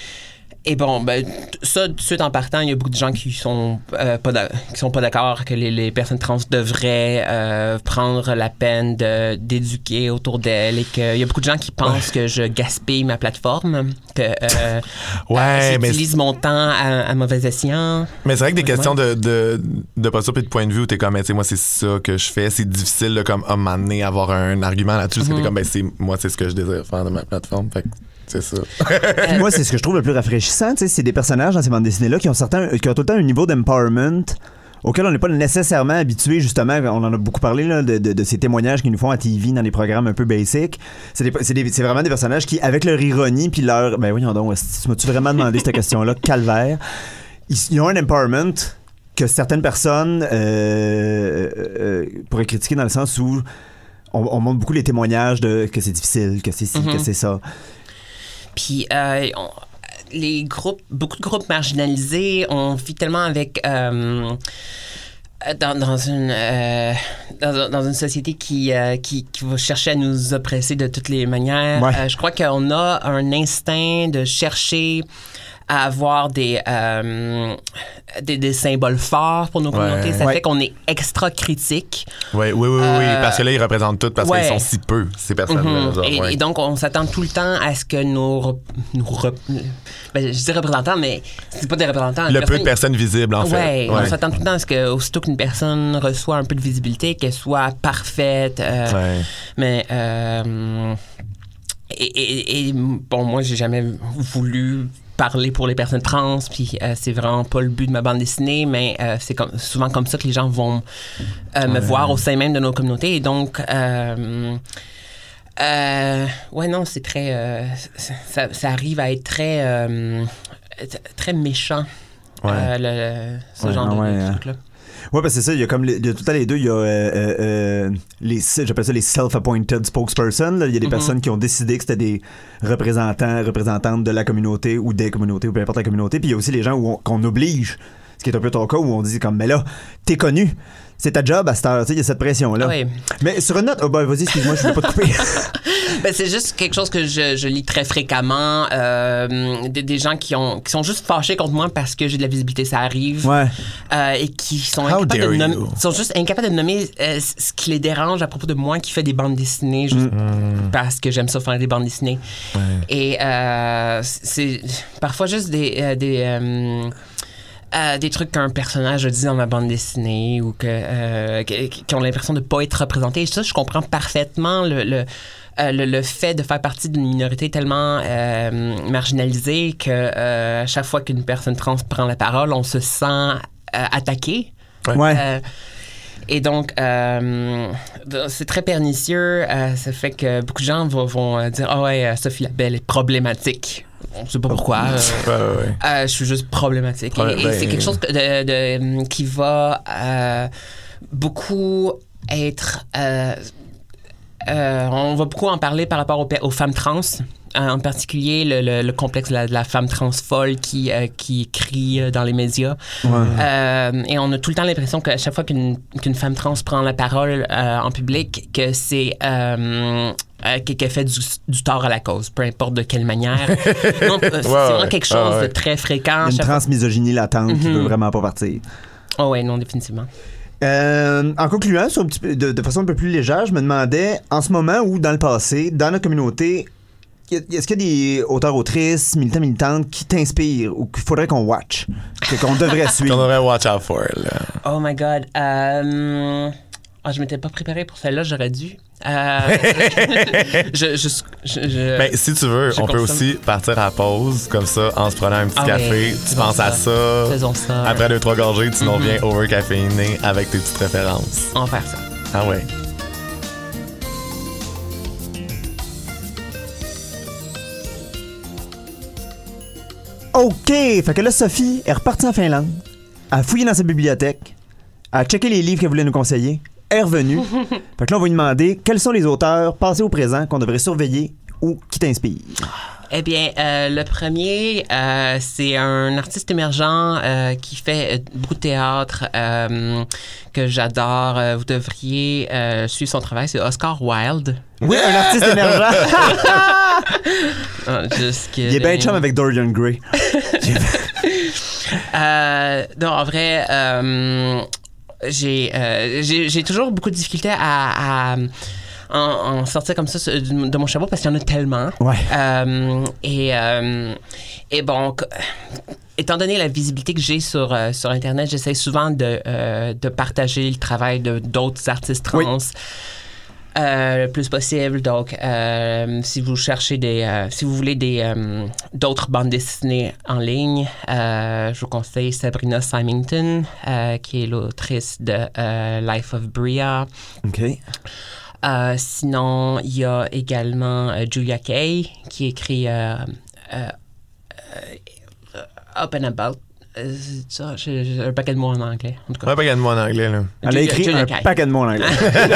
C: Et bon, ben, ça, tout de suite en partant, il y a beaucoup de gens qui sont euh, pas qui sont pas d'accord que les, les personnes trans devraient euh, prendre la peine de, d'éduquer autour d'elles et qu'il y a beaucoup de gens qui pensent ouais. que je gaspille ma plateforme, que euh,
A: ouais,
C: euh, j'utilise
A: mais...
C: mon temps à, à mauvais escient.
A: Mais c'est vrai que des ouais. questions de, de, de posture et de point de vue où t'es comme, tu sais, moi, c'est ça que je fais. C'est difficile de, comme, à m'amener à avoir un argument là-dessus parce mm-hmm. que t'es comme, ben, c'est, moi, c'est ce que je désire faire de ma plateforme. Fait que c'est ça.
B: Puis moi, c'est ce que je trouve le plus rafraîchissant. C'est des personnages dans ces bandes dessinées-là qui ont, certains, qui ont tout le temps un niveau d'empowerment auquel on n'est pas nécessairement habitué, justement. On en a beaucoup parlé là, de, de, de ces témoignages qu'ils nous font à T V dans des programmes un peu basic. C'est, des, c'est, des, c'est vraiment des personnages qui, avec leur ironie puis leur... Ben voyons donc, tu m'as-tu vraiment demandé cette question-là? Calvaire. Ils, ils ont un empowerment que certaines personnes euh, euh, pourraient critiquer dans le sens où on, on montre beaucoup les témoignages de que c'est difficile, que c'est ci, mm-hmm. que c'est ça.
C: Puis, euh, on, les groupes, beaucoup de groupes marginalisés, on vit tellement avec... Euh, dans, dans, une, euh, dans, dans une société qui, euh, qui, qui va chercher à nous oppresser de toutes les manières.
B: Ouais.
C: Euh, je crois qu'on a un instinct de chercher à avoir des, euh, des, des symboles forts pour nos
A: ouais.
C: communautés. Ça
B: ouais.
C: fait qu'on est extra critique.
A: Oui, oui, oui,
C: euh,
A: oui, parce que là, ils représentent tout parce
C: ouais.
A: qu'ils sont si peu, ces personnes-là.
C: Mm-hmm.
A: Genre,
C: et,
A: ouais.
C: et donc, on s'attend tout le temps à ce que nos... nos rep... ben, je dis représentants, mais c'est pas des représentants.
A: Le
C: personne...
A: peu de personnes visibles, en fait.
C: Ouais,
A: ouais.
C: On s'attend tout le temps à ce que, aussitôt qu'une personne reçoit un peu de visibilité, qu'elle soit parfaite. Euh,
A: ouais.
C: Mais... Euh, et, et, et bon, moi, j'ai jamais voulu parler pour les personnes trans, puis euh, c'est vraiment pas le but de ma bande dessinée, mais euh, c'est comme, souvent comme ça que les gens vont euh, me ouais. voir au sein même de nos communautés. Et donc, euh, euh, ouais, non, c'est très... Euh, ça, ça arrive à être très, euh, très méchant,
A: ouais.
C: euh, le, ce
B: ouais,
C: genre de,
B: ouais,
C: de
B: hein.
C: truc-là.
B: Oui, parce que c'est ça, il y a comme les, il y a tout à les deux, il y a euh, euh, les, j'appelle ça les self-appointed spokespersons. Là. Il y a des mm-hmm. personnes qui ont décidé que c'était des représentants, représentantes de la communauté ou des communautés ou peu importe la communauté. Puis il y a aussi les gens où on, qu'on oblige, ce qui est un peu ton cas, où on dit comme, mais là, t'es connu. C'est ta job à cette heure, tu sais, il y a cette pression-là.
C: Oui.
B: Mais sur une note, oh ben vas-y, excuse-moi, je ne veux pas te couper.
C: Ben, c'est juste quelque chose que je, je lis très fréquemment. Euh, des, des gens qui, ont, qui sont juste fâchés contre moi parce que j'ai de la visibilité, ça arrive.
B: Ouais.
C: Euh, et qui sont,
A: How
C: incapables
A: dare
C: de nommer,
A: you.
C: sont juste incapables de nommer euh, ce qui les dérange à propos de moi qui fait des bandes dessinées juste
A: Mm.
C: parce que j'aime ça faire des bandes dessinées.
A: Ouais.
C: Et euh, c'est parfois juste des... euh, des euh, Euh, des trucs qu'un personnage a dit dans ma bande dessinée ou que, euh, qui, qui ont l'impression de ne pas être représentés. Et ça, je comprends parfaitement le, le, euh, le, le fait de faire partie d'une minorité tellement euh, marginalisée que euh, à chaque fois qu'une personne trans prend la parole, on se sent euh, attaqué.
A: Ouais.
B: Ouais.
C: Euh, et donc, euh, c'est très pernicieux. Euh, ça fait que beaucoup de gens vont, vont dire « Ah ouais, Sophie Labelle est problématique ». On ne sait pas pourquoi. Euh,
A: Ouais, ouais, ouais.
C: euh, je suis juste problématique.
A: Ouais,
C: et, et
A: ben,
C: c'est quelque chose de, de- de- qui va euh, beaucoup être... euh, euh, on va beaucoup en parler par rapport aux, pe- aux femmes trans. Euh, en particulier, le, le- le complexe de la, de la femme trans folle qui, euh, qui crie euh, dans les médias.
B: Ouais.
C: Euh, et on a tout le temps l'impression qu'à chaque fois qu'une, qu'une femme trans prend la parole euh, en public, que c'est... Euh, euh, qu'elle fait du, du tort à la cause, peu importe de quelle manière. Non, c'est
A: Ouais,
C: vraiment
A: ouais.
C: quelque chose
A: Ah, ouais.
C: de très fréquent.
B: Il y a une
C: Chaque fois-
B: transmisogynie latente qui
C: Mhm.
B: veut vraiment pas partir.
C: Oh ouais, non, définitivement.
B: Euh, en concluant, sur un petit peu- de, de façon un peu plus légère, je me demandais, en ce moment ou dans le passé, dans notre communauté, y a- est-ce qu'il y a des auteurs, autrices, militants, militantes qui t'inspirent ou qu'il faudrait qu'on watch, que- qu'on devrait
A: Qu'on
B: suivre?
A: devrait watch out for, là.
C: Oh my God. Euh... Ah, je m'étais pas préparé pour celle-là, j'aurais dû. Euh... je, je, je, je-
A: Ben, si tu veux,
C: je
A: on peut
C: consomme.
A: aussi partir à pause, comme ça, en se prenant un petit
C: Ah
A: café.
C: ouais,
A: Tu
C: faisons
A: penses à
C: ça.
A: ça.
C: Faisons ça.
A: Après deux, trois gorgées, tu nous
C: Mhm.
A: reviens over-caféiné avec tes petites références.
C: On va faire ça.
A: Ah ouais.
B: OK! Fait que là, Sophie est repartie en Finlande, a fouillé dans sa bibliothèque, a checké les livres qu'elle voulait nous conseiller, est revenue. Fait que là, on va lui demander quels sont les auteurs, passés ou présents, qu'on devrait surveiller ou qui t'inspirent.
C: Eh bien, euh, le premier, euh, c'est un artiste émergent euh, qui fait euh, beaucoup de théâtre, euh, que j'adore. Euh, vous devriez euh, suivre son travail. C'est Oscar Wilde.
B: Oui, un artiste émergent.
C: Ah, just
B: Il est bien
C: kidding.
B: chum avec Dorian Gray.
C: Euh, non, en vrai, euh, j'ai, euh, j'ai, j'ai toujours beaucoup de difficultés à, à en, en sortir comme ça de, de mon chapeau parce qu'il y en a tellement.
B: Ouais.
C: Euh, et, euh, et bon, qu- étant donné la visibilité que j'ai sur, euh, sur Internet, j'essaie souvent de, euh, de partager le travail de, d'autres artistes trans.
B: Oui.
C: Euh, le plus possible. Donc, euh, si vous cherchez des... euh, si vous voulez des euh, d'autres bandes dessinées en ligne, euh, je vous conseille Sabrina Symington, euh, qui est l'autrice de euh, Life of Bria.
B: OK.
C: Euh, sinon, il y a également euh, Julia Kay, qui écrit euh, euh, euh, Up and About. Euh, c'est ça, j'ai, j'ai un paquet de mots en anglais. En tout cas.
A: Ouais, pas de moi en anglais, là.
B: Elle a
C: Julia-
B: écrit
C: Julia
B: un
C: Kay.
B: paquet de mots en anglais.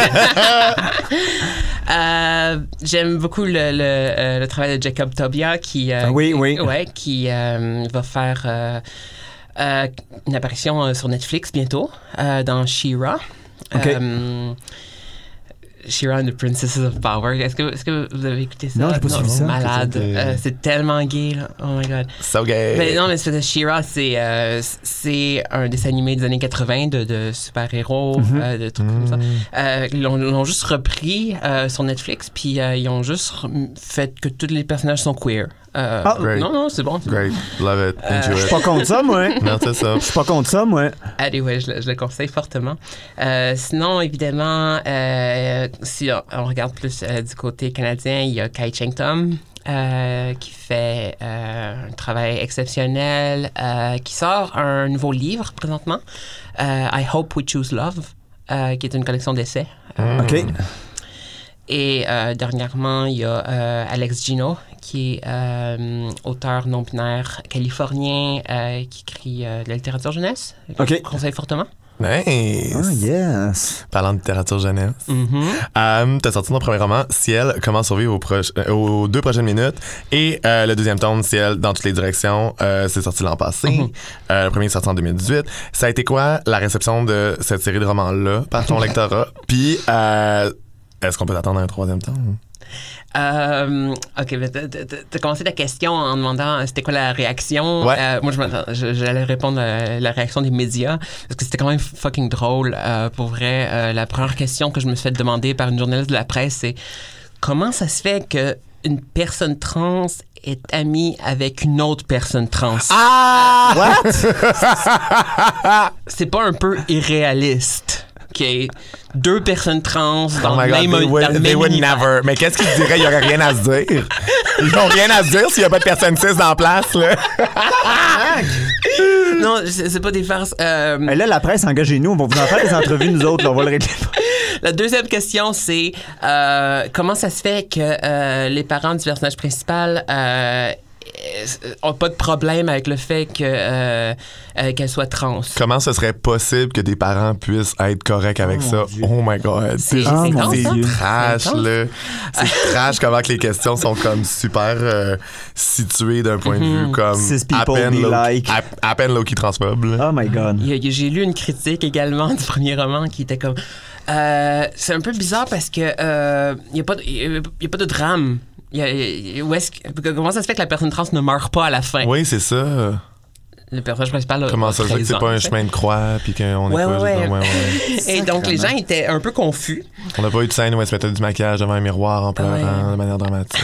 C: Euh, j'aime beaucoup le, le, euh, le travail de Jacob Tobia qui, euh,
B: Ah oui,
C: qui-
B: oui.
C: ouais, qui euh, va faire euh, euh, une apparition euh, sur Netflix bientôt euh, dans She-Ra.
B: OK.
C: Euh, She-Ra and the Princesses of Power. Est-ce que, est-ce que vous avez écouté ça?
B: Non, j'ai pas suivi
C: c'est
B: ça.
C: malade.
A: C'était-
C: Euh, c'est tellement gay, là. Oh my God.
A: So gay.
C: Ben non, mais c'est parce que She-Ra, c'est, euh, c'est un dessin animé des années quatre-vingts de, de super-héros,
B: Mhm.
C: euh, de trucs comme ça. Euh, ils l'ont, l'ont juste repris euh, sur Netflix, puis euh, ils ont juste rem- fait que tous les personnages sont queer. Euh,
B: Ah,
A: great.
C: non, non, c'est bon. c'est bon.
A: Great. Love it. Into
B: Je suis
A: it.
B: pas contre ça, moi.
A: Non, c'est ça.
B: Je suis pas contre ça, moi.
C: Anyway, je, le- je le conseille fortement. Euh, sinon, évidemment, euh, si on, on regarde plus euh, du côté canadien, il y a Kai Cheng Tom, euh, qui fait euh, un travail exceptionnel, euh, qui sort un nouveau livre présentement, euh, I Hope We Choose Love, euh, qui est une collection d'essais. Euh,
B: OK.
C: Et euh, dernièrement, il y a euh, Alex Gino, qui est euh, auteur non-binaire californien euh, qui écrit euh, de la littérature jeunesse. que
B: OK.
C: Je conseille fortement.
A: Nice.
B: Ah, yes.
A: Parlant de littérature jeunesse.
C: Mm-hmm.
A: Euh, t'as sorti ton premier roman, Ciel, comment survivre aux, proche- euh, aux deux prochaines minutes. Et euh, le deuxième tome, Ciel, dans toutes les directions, euh, c'est sorti l'an passé.
C: Mhm.
A: Euh, le premier est sorti en deux mille dix-huit. Ça a été quoi la réception de cette série de romans-là par ton lectorat? Puis, euh, est-ce qu'on peut t'attendre à un troisième tome?
C: Euh, OK, mais t'as, t'as, t'as commencé ta question en demandant c'était quoi la réaction.
A: Ouais.
C: Euh, moi, je, j'allais répondre à la réaction des médias parce que c'était quand même fucking drôle. Euh, pour vrai, euh, la première question que je me suis fait demander par une journaliste de la presse, c'est comment ça se fait qu'une personne trans est amie avec une autre personne trans?
A: Ah!
B: What?
C: C'est pas un peu irréaliste? OK. Deux personnes trans dans
A: Oh
C: le
A: my
C: même,
A: God, they
C: dans
A: would,
C: le
A: they
C: même
A: would
C: univers.
A: never. Mais qu'est-ce qu'ils diraient? Il y aurait rien à se dire. Ils n'ont rien à se dire s'il n'y a pas de personne cis dans la place, là.
C: Non, c'est, c'est pas des farces. Euh,
B: Mais là, la presse, engagez-nous. On va vous en faire des entrevues, nous autres. Là, on va le régler.
C: La deuxième question, c'est euh, comment ça se fait que euh, les parents du personnage principal euh, ont pas de problème avec le fait que euh, euh, qu'elle soit trans?
A: Comment ce serait possible que des parents puissent être corrects avec
B: Oh,
A: ça?
B: mon Dieu.
A: Oh my God.
C: C'est-
A: C'est
B: Oh,
C: c'est
B: mon
C: intense, hein?
B: Dieu.
A: trash,
C: C'est intense.
A: là. C'est trash comment que les questions sont comme super euh, situées d'un point de vue comme
B: Cis
A: à
B: people
A: peine
B: be
A: low,
B: like.
A: à, à peine low-key transphobe, là.
B: Oh my God.
C: Il y a- J'ai lu une critique également du premier roman qui était comme euh, c'est un peu bizarre parce que euh, il y a pas de, il y a pas de drame. Il y a- il y a- où est-ce que- comment ça se fait que la personne trans ne meurt pas à la fin?
A: Oui, c'est ça.
C: Le personnage principal a
A: Comment ça se fait que c'est
C: treize
A: pas
C: ans,
A: un
C: tu sais.
A: chemin de croix puis qu'on est
C: Ouais,
A: pas
C: ouais,
A: juste dans-
C: ouais.
A: ouais, ouais.
C: Et donc les gens
B: Sacrement.
C: étaient un peu confus.
A: On n'a pas eu de scène où elle se mettait du maquillage devant un miroir en pleurant
C: Ouais.
A: de manière dramatique.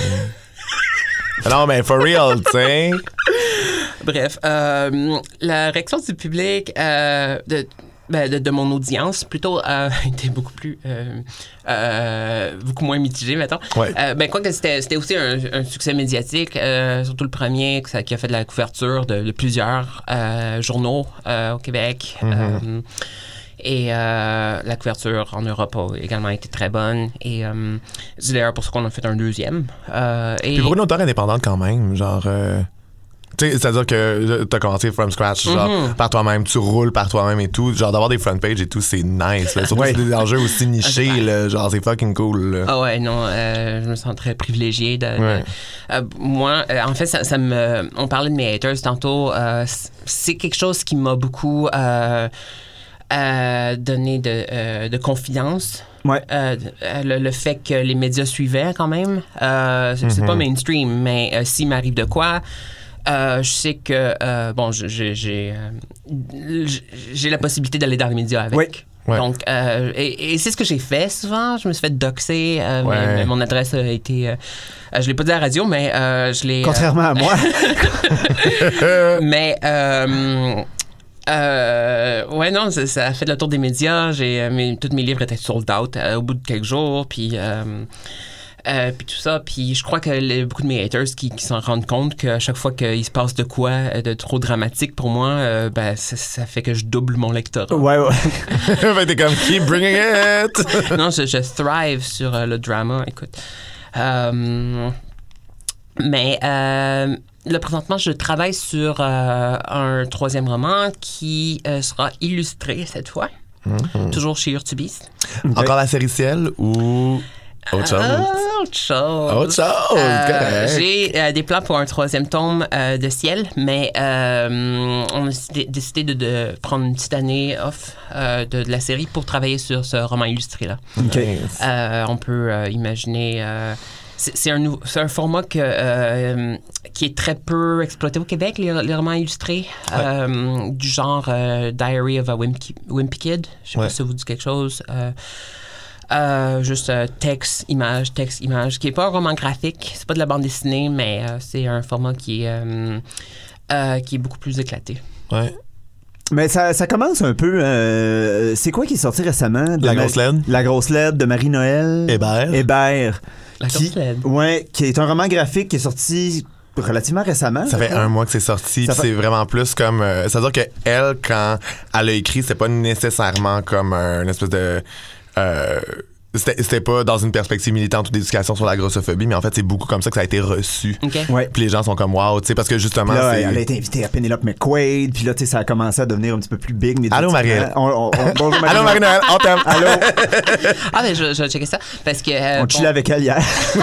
A: Non, mais for real, tu sais.
C: Bref, euh, la réaction du public, euh, de, ben, de, de mon audience, plutôt, euh, était beaucoup plus, euh, euh, beaucoup moins mitigée, mettons.
A: Ouais.
C: Euh, ben, quoi que c'était, c'était aussi un, un succès médiatique, euh, surtout le premier, que ça- qui a fait de la couverture de, de plusieurs euh, journaux euh, au Québec.
A: Mhm.
C: Euh, et euh, la couverture en Europe a également été très bonne. Et euh, c'est d'ailleurs pour ça qu'on a fait un deuxième. Euh, et
A: Puis pour une auteure indépendante quand même, genre... euh, tu sais, c'est-à-dire que t'as commencé from scratch, genre,
C: Mhm.
A: par toi-même, tu roules par toi-même et tout. Genre, d'avoir des front pages et tout, c'est nice. Là. Surtout
B: Ouais.
A: si c'est des enjeux aussi nichés,
C: Ah,
A: là, genre, c'est fucking cool. Là.
C: Ah ouais, non, euh, je me sens très privilégiée. De, de-
A: Ouais.
C: euh, moi, euh, en fait, ça, ça me... On parlait de mes haters tantôt. Euh, c- c'est quelque chose qui m'a beaucoup euh, euh, donné de, euh, de confiance.
B: Ouais.
C: Euh, le, le fait que les médias suivaient quand même. Euh, c'est, c'est
A: Mhm.
C: pas mainstream, mais euh, s'il m'arrive de quoi... Euh, je sais que, euh, bon, j'ai, j'ai, j'ai, euh, j'ai la possibilité d'aller dans les médias avec.
B: Oui.
A: Ouais.
C: Donc, euh, et, et c'est ce que j'ai fait souvent. Je me suis fait doxer. Euh,
A: Ouais.
C: mais- mais mon adresse a été... Euh, euh, je l'ai pas dit à la radio, mais euh, je l'ai... euh,
B: Contrairement à moi.
C: mais... Euh, euh, ouais, non, ça, ça a fait le tour des médias. J'ai, euh, mes, tous mes livres étaient sold out euh, au bout de quelques jours. Puis... Euh, Euh, puis tout ça, puis je crois que les, beaucoup de mes haters qui, qui s'en rendent compte qu'à chaque fois qu'il se passe de quoi euh, de trop dramatique pour moi, euh, ben ça, ça fait que je double mon lectorat.
B: Ouais, ouais.
A: Fait que t'es comme, keep bringing it!
C: Non, je, je thrive sur euh, le drama, écoute. Euh, mais euh, là, présentement, je travaille sur euh, un troisième roman qui euh, sera illustré cette fois,
A: Mhm.
C: toujours chez Urtubis.
A: Encore la série Ciel ou autre chose?
C: Ah, autre chose.
A: Autre chose,
C: Euh,
A: correct.
C: J'ai euh, des plans pour un troisième tome euh, de Ciel, mais euh, on a décidé, décidé de, de prendre une petite année off euh, de, de la série pour travailler sur ce roman illustré-là.
B: OK.
A: Nice.
C: Euh, on peut euh, imaginer... euh, c'est, c'est, un nou- c'est un format que, euh, qui est très peu exploité au Québec, les, les romans illustrés, euh, du genre euh, Diary of a Wimpy, Wimpy Kid. Je sais
A: Ouais.
C: pas si ça vous dit quelque chose. Euh, euh, juste euh, texte, image, texte, image, qui est pas un roman graphique, c'est pas de la bande dessinée, mais euh, c'est un format qui est, euh, euh, qui est beaucoup plus éclaté.
A: Ouais.
B: Mais ça, ça commence un peu. euh, c'est quoi qui est sorti récemment? De
A: La
B: Ma-
A: grosse laide?
B: La grosse lettre de Marie-Noël.
A: Hébert.
B: Hébert.
C: La
B: Qui-
C: grosse laide.
B: Ouais, qui est un roman graphique qui est sorti relativement récemment.
A: Ça fait
B: je crois.
A: un mois que c'est sorti.
B: Ça
A: puis
B: fait-
A: C'est vraiment plus comme. euh, C'est-à-dire que elle, quand elle a écrit, c'était pas nécessairement comme un, une espèce de. euh, c'était, c'était pas dans une perspective militante ou d'éducation sur la grossophobie, mais en fait, c'est beaucoup comme ça que ça a été reçu.
C: OK.
B: Ouais.
A: Puis les gens sont comme wow, tu sais, parce que justement,
B: Puis là,
A: c'est.
B: elle a été invitée à Penelope McQuaid, puis là, tu sais, ça a commencé à devenir un petit peu plus big.
A: Allô, Marie-Èle.
B: On, on, on, bonjour, Marie-Noël.
A: Allô, Marie-Noël, on t'aime.
B: Allô.
C: Ah, ben, je, je vais checker ça. Parce que. euh,
B: On
C: bon,
B: chillait avec elle hier.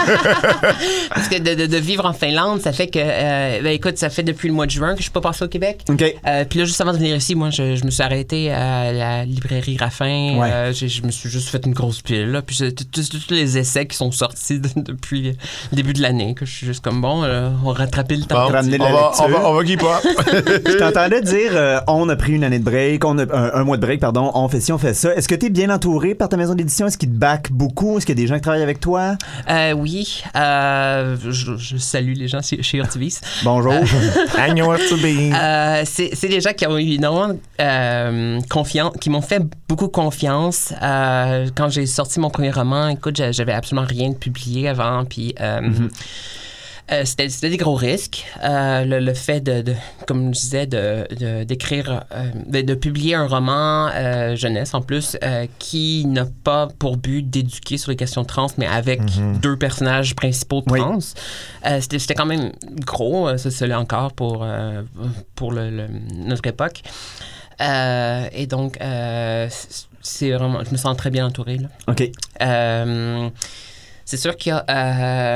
C: Parce que de, de- de vivre en Finlande, ça fait que. euh, ben, écoute, ça fait depuis le mois de juin que je suis pas passée au Québec.
B: OK.
C: Euh, puis là, juste avant de venir ici, moi, je, je me suis arrêtée à la librairie Raffin.
B: Ouais.
C: Euh, j'ai- je me suis juste fait une grosse pile. Là, Puis tous les essais qui sont sortis de, depuis le début de l'année, que je suis juste comme bon, euh, on va rattraper le temps.
A: Bon,
B: ramener
A: on,
B: la
A: va,
B: lecture.
A: on va on va keep up.
B: Je t'entendais dire, euh, on a pris une année de break, on a un, un mois de break, pardon, on fait ci, on fait ça. Est-ce que tu es bien entouré par ta maison d'édition? Est-ce qu'ils te backent beaucoup? Est-ce qu'il y a des gens qui travaillent avec toi?
C: Euh, oui, euh, je, je salue les gens chez Urtubis.
B: Bonjour.
A: I know what to be.
C: Euh, c'est, c'est des gens qui ont eu énormément euh, confiance, qui m'ont fait beaucoup confiance. Euh, quand j'ai sorti mon premier roman, écoute, j'avais absolument rien de publié avant, puis euh, mm-hmm. euh, c'était, c'était des gros risques. Euh, le, le fait de, de, comme je disais, de, de, d'écrire, euh, de, de publier un roman euh, jeunesse en plus, euh, qui n'a pas pour but d'éduquer sur les questions trans, mais avec mm-hmm. deux personnages principaux trans. Oui. Euh, c'était, c'était quand même gros, ça c'est là encore pour, euh, pour le, le, notre époque. Euh, et donc, euh, c'est vraiment, je me sens très bien entourée. Là.
B: OK.
C: Euh, c'est sûr qu'il y a euh,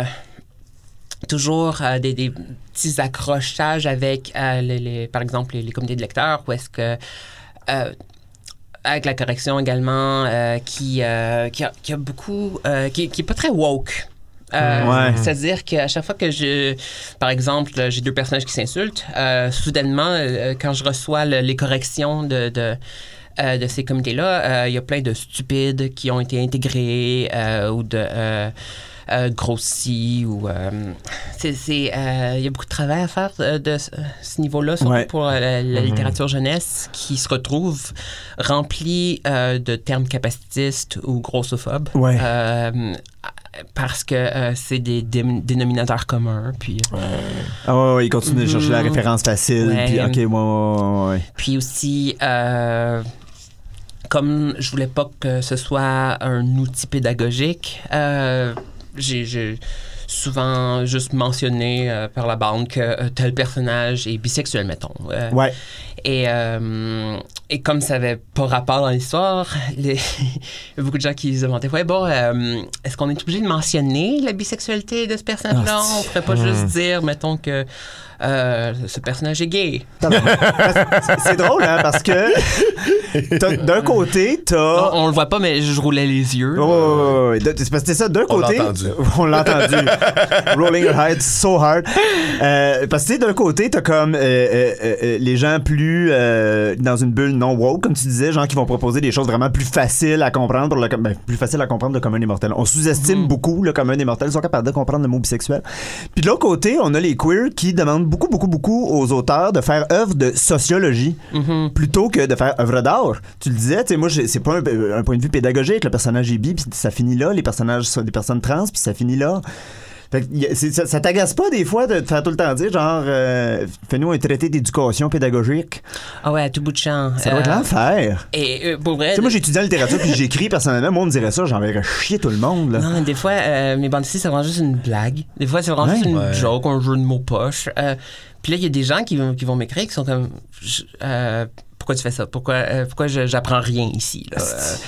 C: toujours euh, des, des petits accrochages avec, euh, les, les, par exemple, les, les comités de lecteurs, où est-ce que... Euh, avec la correction également, euh, qui, euh, qui, a, qui a beaucoup... Euh, qui, qui est pas très woke. Euh,
B: ouais.
C: C'est-à-dire qu'à chaque fois que je... Par exemple, j'ai deux personnages qui s'insultent, euh, soudainement, euh, quand je reçois le, les corrections de... de Euh, de ces comités-là, il euh, y a plein de stupides qui ont été intégrés euh, ou de euh, euh, grossis ou euh, c'est c'est il y a beaucoup de travail à faire de, de ce, ce niveau-là, surtout ouais. pour euh, la, la littérature jeunesse qui se retrouve remplie euh, de termes capacitistes ou grossophobes.
B: Ouais.
C: Euh, parce que euh, c'est des dé- dénominateurs communs. Puis,
B: ouais. Ah ouais, ouais, ils continuent mm-hmm. de chercher la référence facile.
C: Ouais.
B: Puis, OK, ouais, ouais, ouais.
C: Puis aussi, euh, comme je voulais pas que ce soit un outil pédagogique, euh, j'ai, j'ai souvent juste mentionné euh, par la bande que euh, tel personnage est bisexuel, mettons. Euh,
B: ouais.
C: Et, euh, et comme ça n'avait pas rapport dans l'histoire, les... il y a beaucoup de gens qui se demandaient, ouais, bon, euh, est-ce qu'on est obligé de mentionner la bisexualité de ce personnage-là? Oh, on ne pourrait pas mmh. juste dire, mettons, que euh, ce personnage est gay.
B: c'est, c'est drôle, hein, parce que t'as, d'un côté, t'as...
C: On, on le voit pas, mais je roulais les yeux.
B: Oh, oh, oh, oh. C'est parce que c'est ça, d'un
A: on
B: côté...
A: L'a entendu.
B: On l'a entendu. Rolling your eyes so hard. Euh, parce que, tu sais, d'un côté, t'as comme euh, euh, euh, les gens plus euh, dans une bulle non woke, comme tu disais, gens qui vont proposer des choses vraiment plus faciles à comprendre pour le, ben, plus faciles à comprendre le commun des mortels. On sous-estime mm. beaucoup le commun des mortels, ils sont capables de comprendre le mot bisexuel. Puis de l'autre côté, on a les queers qui demandent beaucoup, beaucoup, beaucoup aux auteurs de faire œuvre de sociologie mm-hmm. plutôt que de faire œuvre d'art. Tu le disais, tu sais, moi, c'est pas un, un point de vue pédagogique, le personnage est bi, puis ça finit là, les personnages sont des personnes trans, puis ça finit là. Fait que, c'est, ça, ça t'agace pas des fois de te faire tout le temps dire genre euh, fais-nous un traité d'éducation pédagogique?
C: Ah ouais, à tout bout de champ.
B: Ça doit être euh, l'enfer.
C: Et euh, pour vrai.
B: Tu sais, moi j'ai étudié en littérature puis j'écris personnellement, moi on me dirait ça, j'enverrais chier tout le monde. Là.
C: Non, des fois euh, mes bandes ici c'est vraiment juste une blague. Des fois c'est vraiment ouais, juste une ouais. joke, un jeu de mots poche. Euh, puis là il y a des gens qui vont, qui vont m'écrire qui sont comme euh, pourquoi tu fais ça? Pourquoi, euh, pourquoi je, j'apprends rien ici? Là?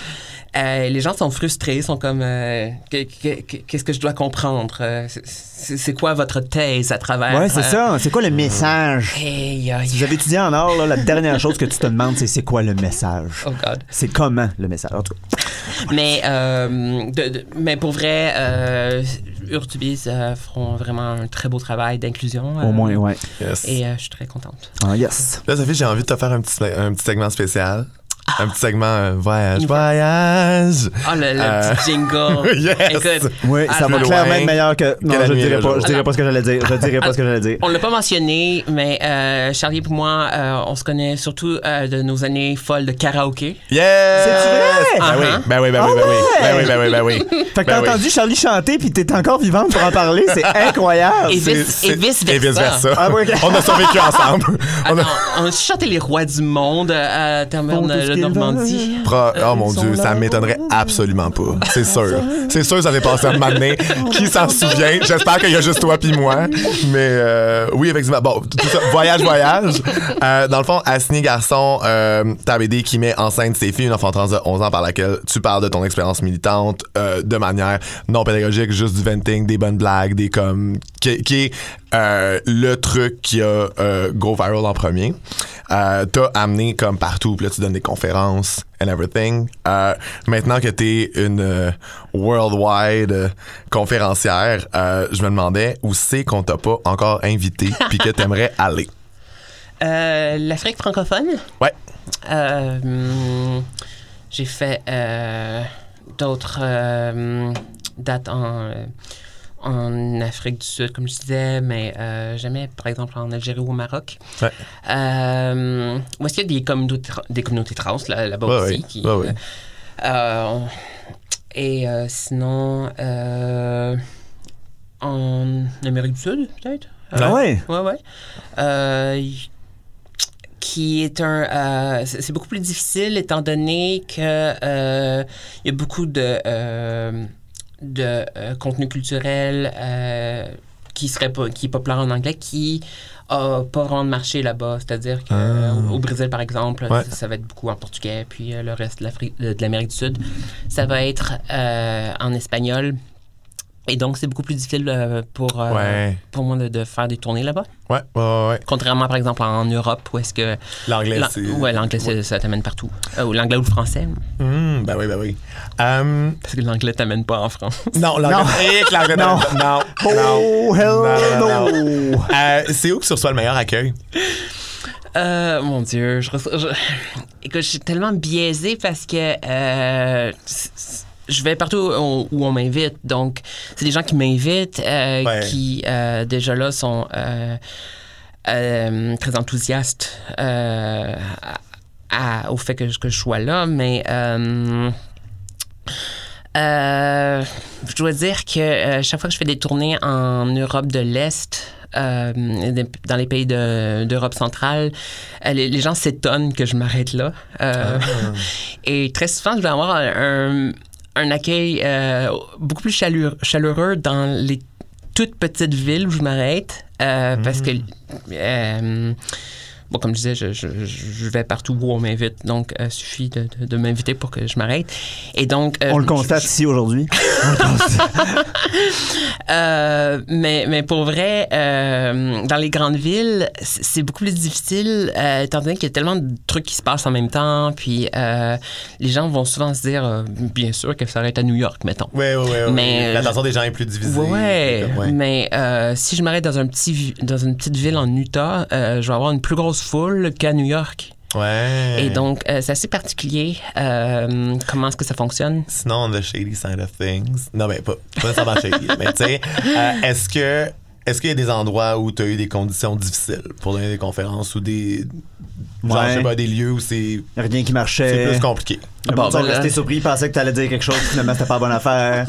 C: Euh, les gens sont frustrés, sont comme euh, qu'est-ce que je dois comprendre? Euh, c'est, c'est quoi votre thèse à travers?
B: Ouais, c'est euh, ça. C'est quoi le message?
C: Hey, hey,
B: si vous avez étudié en art, là, la dernière chose que tu te demandes, c'est c'est quoi le message?
C: Oh God.
B: C'est comment le message? En tout cas.
C: Mais, euh, de, de, mais pour vrai, euh, Urtubis euh, feront vraiment un très beau travail d'inclusion. Euh,
B: Au moins, ouais.
A: Yes.
C: Et euh, je suis très contente.
B: Ah, yes.
A: Là, Sophie, j'ai envie de te faire un petit, un petit segment spécial. Un petit segment euh, voyage, voyage.
C: Ah, oh, le, le euh... petit jingle.
A: Yes.
C: Écoute,
B: oui, ça va clairement être meilleur que. Non, que je ne dirais pas. Je dirais pas ce que j'allais dire. Je dirais pas ce que j'allais dire.
C: On l'a pas mentionné, mais euh, Charlie et moi, euh, on se connaît surtout euh, de nos années folles de karaoké.
A: Yes!
B: C'est-tu vrai?
A: Ben oui, ben oui, ben oui, ben oui. Ben oui, ben oui, ben oui.
B: Fait que t'as
A: ben
B: entendu
A: oui.
B: Charlie chanter puis t'es encore vivante pour en parler. C'est incroyable.
C: Et vice, et vice versa.
A: Et vice versa.
B: Ah, okay.
A: On a survécu ensemble.
C: Ah, on, a... on a chanté les rois du monde à Taverne de Normandie.
A: Pro... Oh mon Dieu, ça m'étonnerait absolument pas. C'est sûr. C'est sûr, ça s'est passé un moment donné. Qui s'en souvient? J'espère qu'il y a juste toi puis moi. Mais euh, oui, effectivement. Bon, tout ça, voyage, voyage. Euh, dans le fond, Assigné Garçon, euh, ta B D qui met en scène Stéphie, une enfant trans de onze ans par laquelle tu parles de ton expérience militante euh, de manière non pédagogique, juste du venting, des bonnes blagues, des comme... qui, qui est euh, le truc qui a euh, go viral en premier. Euh, t'as amené comme partout, puis là, tu donnes des conférences and everything. Euh, maintenant que t'es une euh, worldwide euh, conférencière, euh, je me demandais où c'est qu'on t'a pas encore invité puis que t'aimerais aller.
C: Euh, L'Afrique francophone?
A: Ouais.
C: Euh, hum, j'ai fait euh, d'autres euh, dates en, euh, en Afrique du Sud, comme je disais, mais euh, jamais, par exemple, en Algérie ou au Maroc.
A: Ouais.
C: Euh, où est-ce qu'il y a des communautés, des communautés trans là, là-bas
A: ouais,
C: aussi?
A: Ouais,
C: qui,
A: ouais, ouais.
C: Euh, et euh, sinon, euh, en Amérique du Sud, peut-être?
B: Ah ouais?
C: Ouais, ouais. Euh, qui est un... Euh, c'est beaucoup plus difficile étant donné que euh, il y a beaucoup de, euh, de euh, contenu culturel euh, qui, serait pas, qui est populaire en anglais, qui n'a pas vraiment de marché là-bas. C'est-à-dire qu'au
A: ah.
C: au Brésil, par exemple,
A: ouais.
C: ça, ça va être beaucoup en portugais, puis euh, le reste de, l'Afrique, de l'Amérique du Sud, ça va être euh, en espagnol. Et donc, c'est beaucoup plus difficile euh, pour, euh,
A: ouais.
C: pour moi de, de faire des tournées là-bas.
A: Ouais, ouais, ouais.
C: Contrairement, par exemple, en Europe, où est-ce que...
A: L'anglais,
C: l'an-
A: c'est...
C: Ouais, l'anglais, c'est, ça t'amène partout. Euh, ou l'anglais ou le français.
A: Mmh, ben oui, ben oui. Um,
C: Parce que l'anglais t'amène pas en France.
A: non, l'anglais... Non. l'anglais
B: non.
A: non.
B: Oh, hell no!
A: no. Euh, c'est où que tu reçois le meilleur accueil?
C: Euh, mon Dieu, je, reçois- je... Écoute, je suis tellement biaisée parce que... Euh, c- c- je vais partout où, où on m'invite. Donc, c'est des gens qui m'invitent, euh,
A: ouais.
C: qui, euh, déjà là, sont euh, euh, très enthousiastes euh, à, à, au fait que, que je sois là. Mais euh, euh, je dois dire que euh, chaque fois que je fais des tournées en Europe de l'Est, Euh, dans les pays de, d'Europe centrale, euh, les, les gens s'étonnent que je m'arrête là. Euh, ah. Et très souvent, je vais avoir un, un accueil euh, beaucoup plus chaleureux, chaleureux dans les toutes petites villes où je m'arrête. Euh, mmh. Parce que, euh, bon, comme je disais, je, je, je vais partout où on m'invite. Donc, il euh, suffit de, de, de m'inviter pour que je m'arrête. Et donc... Euh,
B: on le constate je, ici aujourd'hui.
C: euh, mais, mais pour vrai, euh, dans les grandes villes, c'est beaucoup plus difficile, euh, étant donné qu'il y a tellement de trucs qui se passent en même temps. Puis, euh, les gens vont souvent se dire, euh, bien sûr, que ça arrête à New York, mettons.
A: Oui, oui, oui.
C: Mais,
A: l'attention des gens est plus divisée.
C: Ouais, ouais. Mais euh, si je m'arrête dans, un petit, dans une petite ville en Utah, euh, je vais avoir une plus grosse foule qu'à New York.
A: Ouais.
C: Et donc, euh, c'est assez particulier. Euh, comment est-ce que ça fonctionne?
A: Sinon, on the shady side of things. Non, mais pas, pas nécessairement shady. Mais tu sais, euh, est-ce que est-ce qu'il y a des endroits où tu as eu des conditions difficiles pour donner des conférences ou des. Genre, ouais. je sais pas, des lieux où c'est.
B: Rien qui marchait.
A: C'est plus compliqué.
B: Le bon, monde sont restés surpris, ils pensaient que tu allais dire quelque chose, finalement, c'était pas la bonne affaire.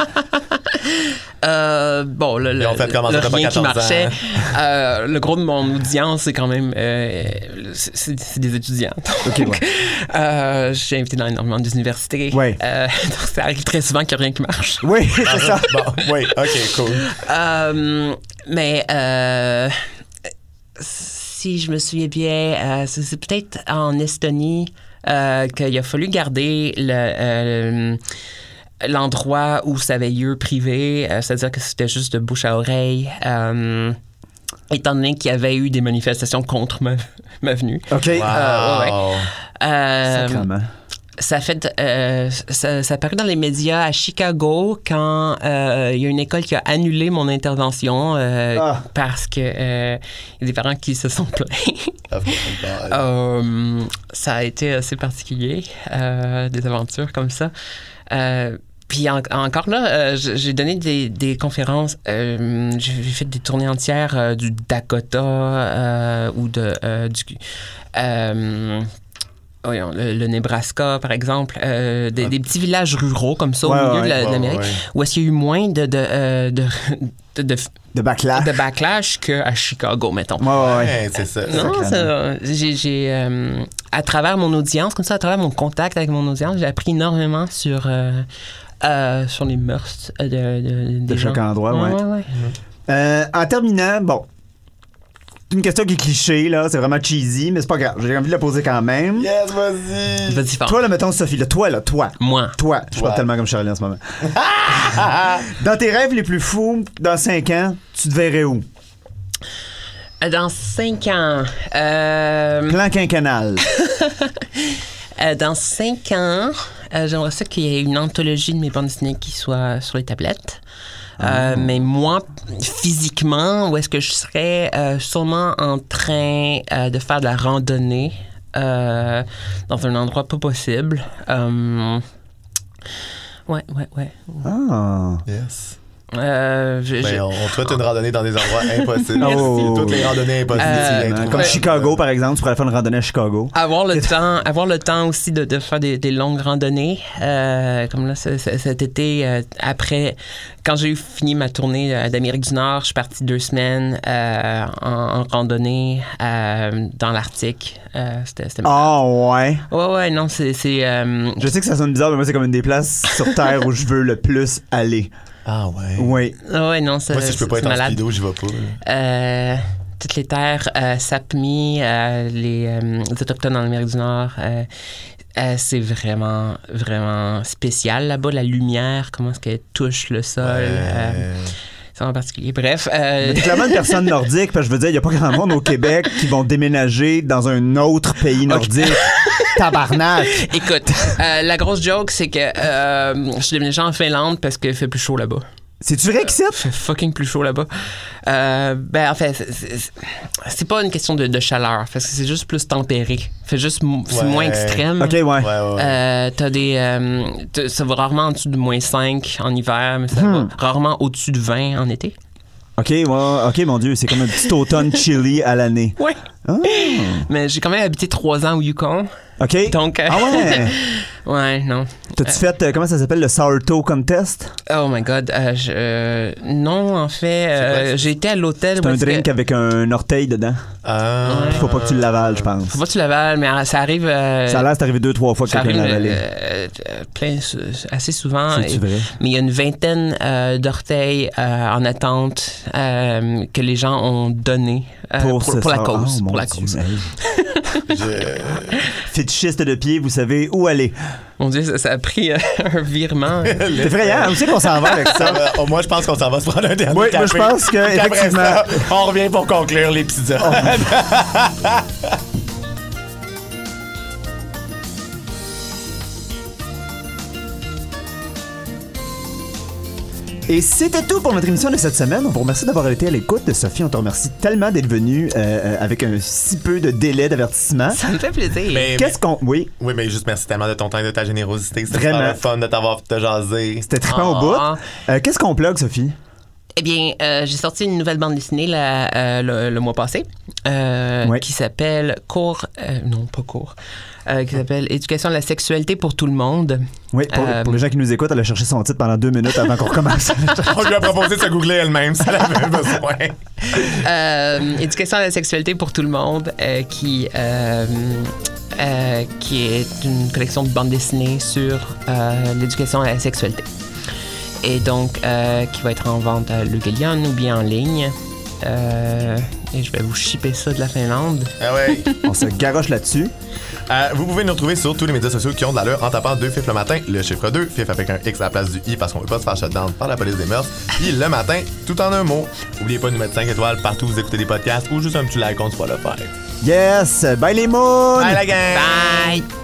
C: Euh, bon, le, le,
A: fait comment
C: le
A: ça,
C: rien qui marchait. Euh, le gros de mon audience, c'est quand même... Euh, c'est, c'est des étudiants. Donc, okay, ouais. euh, j'ai invité dans énormément d'universités.
B: Ouais.
C: Euh, donc, ça arrive très souvent qu'il n'y a rien qui marche.
B: Oui, c'est ça.
A: Bon, oui, OK, cool.
C: Euh, mais... Euh, si je me souviens bien, euh, c'est, c'est peut-être en Estonie euh, qu'il a fallu garder le... Euh, l'endroit où ça avait lieu privé, euh, c'est-à-dire que c'était juste de bouche à oreille, euh, étant donné qu'il y avait eu des manifestations contre ma, ma venue.
B: OK.
A: Wow.
C: Euh, ouais, ouais. Euh,
B: Sacrément.
C: Ça a fait, euh, ça, ça a paru dans les médias à Chicago quand euh, il y a une école qui a annulé mon intervention euh, ah. parce que euh, il y a des parents qui se sont plaints. euh, ça a été assez particulier, euh, des aventures comme ça. Euh, Puis en, encore là, euh, j'ai donné des, des conférences. Euh, j'ai fait des tournées entières euh, du Dakota euh, ou de, euh, du... Euh, voyons, le, le Nebraska, par exemple. Euh, des, des petits villages ruraux comme ça
B: ouais,
C: au milieu
B: ouais,
C: de, la,
B: ouais,
C: de l'Amérique
B: ouais.
C: où est-ce qu'il y a eu moins de... de, euh, de, de, de
B: De backlash.
C: De backlash qu'à Chicago, mettons.
B: Ouais, ouais,
A: ouais. c'est ça.
C: Non, ça, j'ai... j'ai euh, à travers mon audience, comme ça, à travers mon contact avec mon audience, j'ai appris énormément sur... Euh, Euh, sur les mœurs de, de,
B: de chaque endroit, ouais.
C: ouais, ouais.
B: Euh, en terminant, bon, c'est une question qui est cliché, là, c'est vraiment cheesy, mais c'est pas grave, j'ai envie de la poser quand même.
A: Yes, vas-y!
C: Vas-y, fort.
B: Toi, là, mettons, Sophie, là, toi, là, toi.
C: Moi.
B: Toi, je parle tellement comme Charlie en ce moment. Dans tes rêves les plus fous, dans cinq ans, tu te verrais où?
C: Dans cinq ans. Euh...
B: Plan quinquennal.
C: euh, dans cinq ans, euh, j'aimerais ça qu'il y ait une anthologie de mes bandes dessinées qui soit sur les tablettes. Euh, mais moi, physiquement, où est-ce que je serais euh, sûrement en train euh, de faire de la randonnée euh, dans un endroit pas possible. Euh, ouais, ouais, ouais.
B: Ah.
A: Yes.
C: Euh, je,
A: Ben,
C: je...
A: on, on te souhaite une randonnée dans des endroits impossibles.
B: Oh.
A: Toutes les randonnées impossibles.
C: Euh,
A: tu viens
B: Comme
A: trouver.
B: Chicago, par exemple, tu pourrais faire une randonnée à Chicago.
C: Avoir le temps, avoir le temps aussi de, de faire des, des longues randonnées. Euh, comme là, c- c- cet été, euh, après, quand j'ai eu fini ma tournée euh, d'Amérique du Nord, je suis partie deux semaines euh, en, en randonnée euh, dans l'Arctique. Euh, c'était, c'était
B: Ah, ouais.
C: Ouais, ouais, non, c'est. c'est euh,
B: Je sais que ça sonne bizarre, mais moi, c'est comme une des places sur Terre où je veux le plus aller.
A: Ah ouais.
B: Oui.
C: ouais, non, c'est.
A: Moi, si je peux pas
C: c'est
A: être en
C: malade.
A: speedo, j'y vais pas. là.
C: Euh, toutes les terres, euh, Sapmi, euh, les, euh, les Autochtones en Amérique du Nord, euh, euh, c'est vraiment, vraiment spécial là-bas. La lumière, comment est-ce qu'elle touche le sol.
A: Ouais.
C: Euh, c'est en particulier. Bref. Euh,
B: Mais t'es clairement une personne nordique, parce que je veux dire, il n'y a pas grand monde au Québec qui vont déménager dans un autre pays nordique. Tabarnak!
C: écoute, euh, la grosse joke, c'est que euh, je suis déménagé en Finlande parce qu'il fait plus chaud là-bas.
B: C'est-tu vrai que c'est?
C: Il fait fucking plus chaud là-bas. Euh, ben, en fait, c'est, c'est, c'est pas une question de, de chaleur, parce que c'est juste plus tempéré. Fait juste, c'est
A: Ouais.
C: moins extrême.
B: OK, ouais.
A: Ouais, ouais, ouais.
C: Euh, t'as des, euh, t'as- ça va rarement en dessous de moins cinq en hiver, mais ça
B: Hmm.
C: va rarement au-dessus de vingt en été.
B: OK, ouais. OK, mon Dieu, c'est comme un petit automne chili à l'année.
C: Ouais.
B: Ah.
C: Mais j'ai quand même habité trois ans au Yukon.
B: OK.
C: Donc, euh,
B: Ah ouais?
C: ouais, non.
B: T'as-tu fait, euh, comment ça s'appelle, le Sourdough Contest?
C: Oh my God. Euh, je, euh, non, en fait, euh, j'ai été à l'hôtel.
B: C'est
C: où
B: un
C: est-ce
B: drink
C: que-
B: avec un orteil dedans.
A: Ah.
C: Ouais.
B: Faut pas que tu le lavales, je pense.
C: Faut pas que tu l'avales, mais euh, ça arrive. euh,
B: Ça a l'air, c'est arrivé deux, trois fois que
C: ça
B: quelqu'un
C: arrive
B: l'a avalé.
C: euh, euh, plein, assez souvent.
B: C'est-tu
C: Et-
B: vrai?
C: Mais il y a une vingtaine euh, d'orteils euh, en attente euh, que les gens ont donné euh, pour,
B: ce
C: pour la
B: soir.
C: cause.
B: Oh,
C: pour
B: mon
C: la
B: Dieu,
C: cause.
B: hey.
A: Je-
B: Fétichiste de pied, vous savez où aller.
C: Mon Dieu, ça, ça a pris euh, un virement.
B: C'est effrayant. Où c'est qu'on s'en va avec ça?
A: Ça va- oh, moi, je pense qu'on s'en va se prendre un dernier
B: Oui, moi,
A: café.
B: je pense que,
A: Puis après
B: effectivement.
A: ça, on revient pour conclure l'épisode.
B: Et c'était tout pour notre émission de cette semaine. On vous remercie d'avoir été à l'écoute. Sophie, on te remercie tellement d'être venue euh, euh, avec un si peu de délai d'avertissement.
C: Ça me fait plaisir.
A: Mais-
B: Qu'est-ce qu'on... Oui,
A: Oui, mais juste merci tellement de ton temps et de ta générosité. C'était
B: Vraiment.
A: vraiment fun de t'avoir te jaser.
B: c'était trippant
C: Ah.
B: au bout. Euh, Qu'est-ce qu'on plug, Sophie?
C: Eh bien, euh, j'ai sorti une nouvelle bande dessinée là, euh, le, le mois passé euh,
B: Ouais.
C: qui s'appelle Cours... euh, non, pas cours. Euh, qui s'appelle Éducation de la sexualité pour tout le monde.
B: Oui, pour,
C: Euh,
B: pour les gens qui nous écoutent, elle a cherché son titre pendant deux minutes avant qu'on recommence.
A: On lui a proposé de se googler elle-même si elle avait besoin.
C: Euh, Éducation à la sexualité pour tout le monde, euh, qui, euh, euh, qui est une collection de bandes dessinées sur euh, l'éducation à la sexualité. Et donc, euh, qui va être en vente à Lugelion ou bien en ligne. Euh, et je vais vous shipper ça de la Finlande.
A: Ah ouais.
B: On se garoche là-dessus.
A: Euh, vous pouvez nous retrouver sur tous les médias sociaux qui ont de l'allure en tapant deux F I F le matin, le chiffre deux, F I F avec un X à la place du I parce qu'on veut pas se faire shutdown par la police des mœurs, puis le matin, tout en un mot. N'oubliez pas de nous mettre cinq étoiles partout où vous écoutez des podcasts ou juste un petit like, on se va le faire.
B: Yes! Bye les moons!
A: Bye la gang!
C: Bye!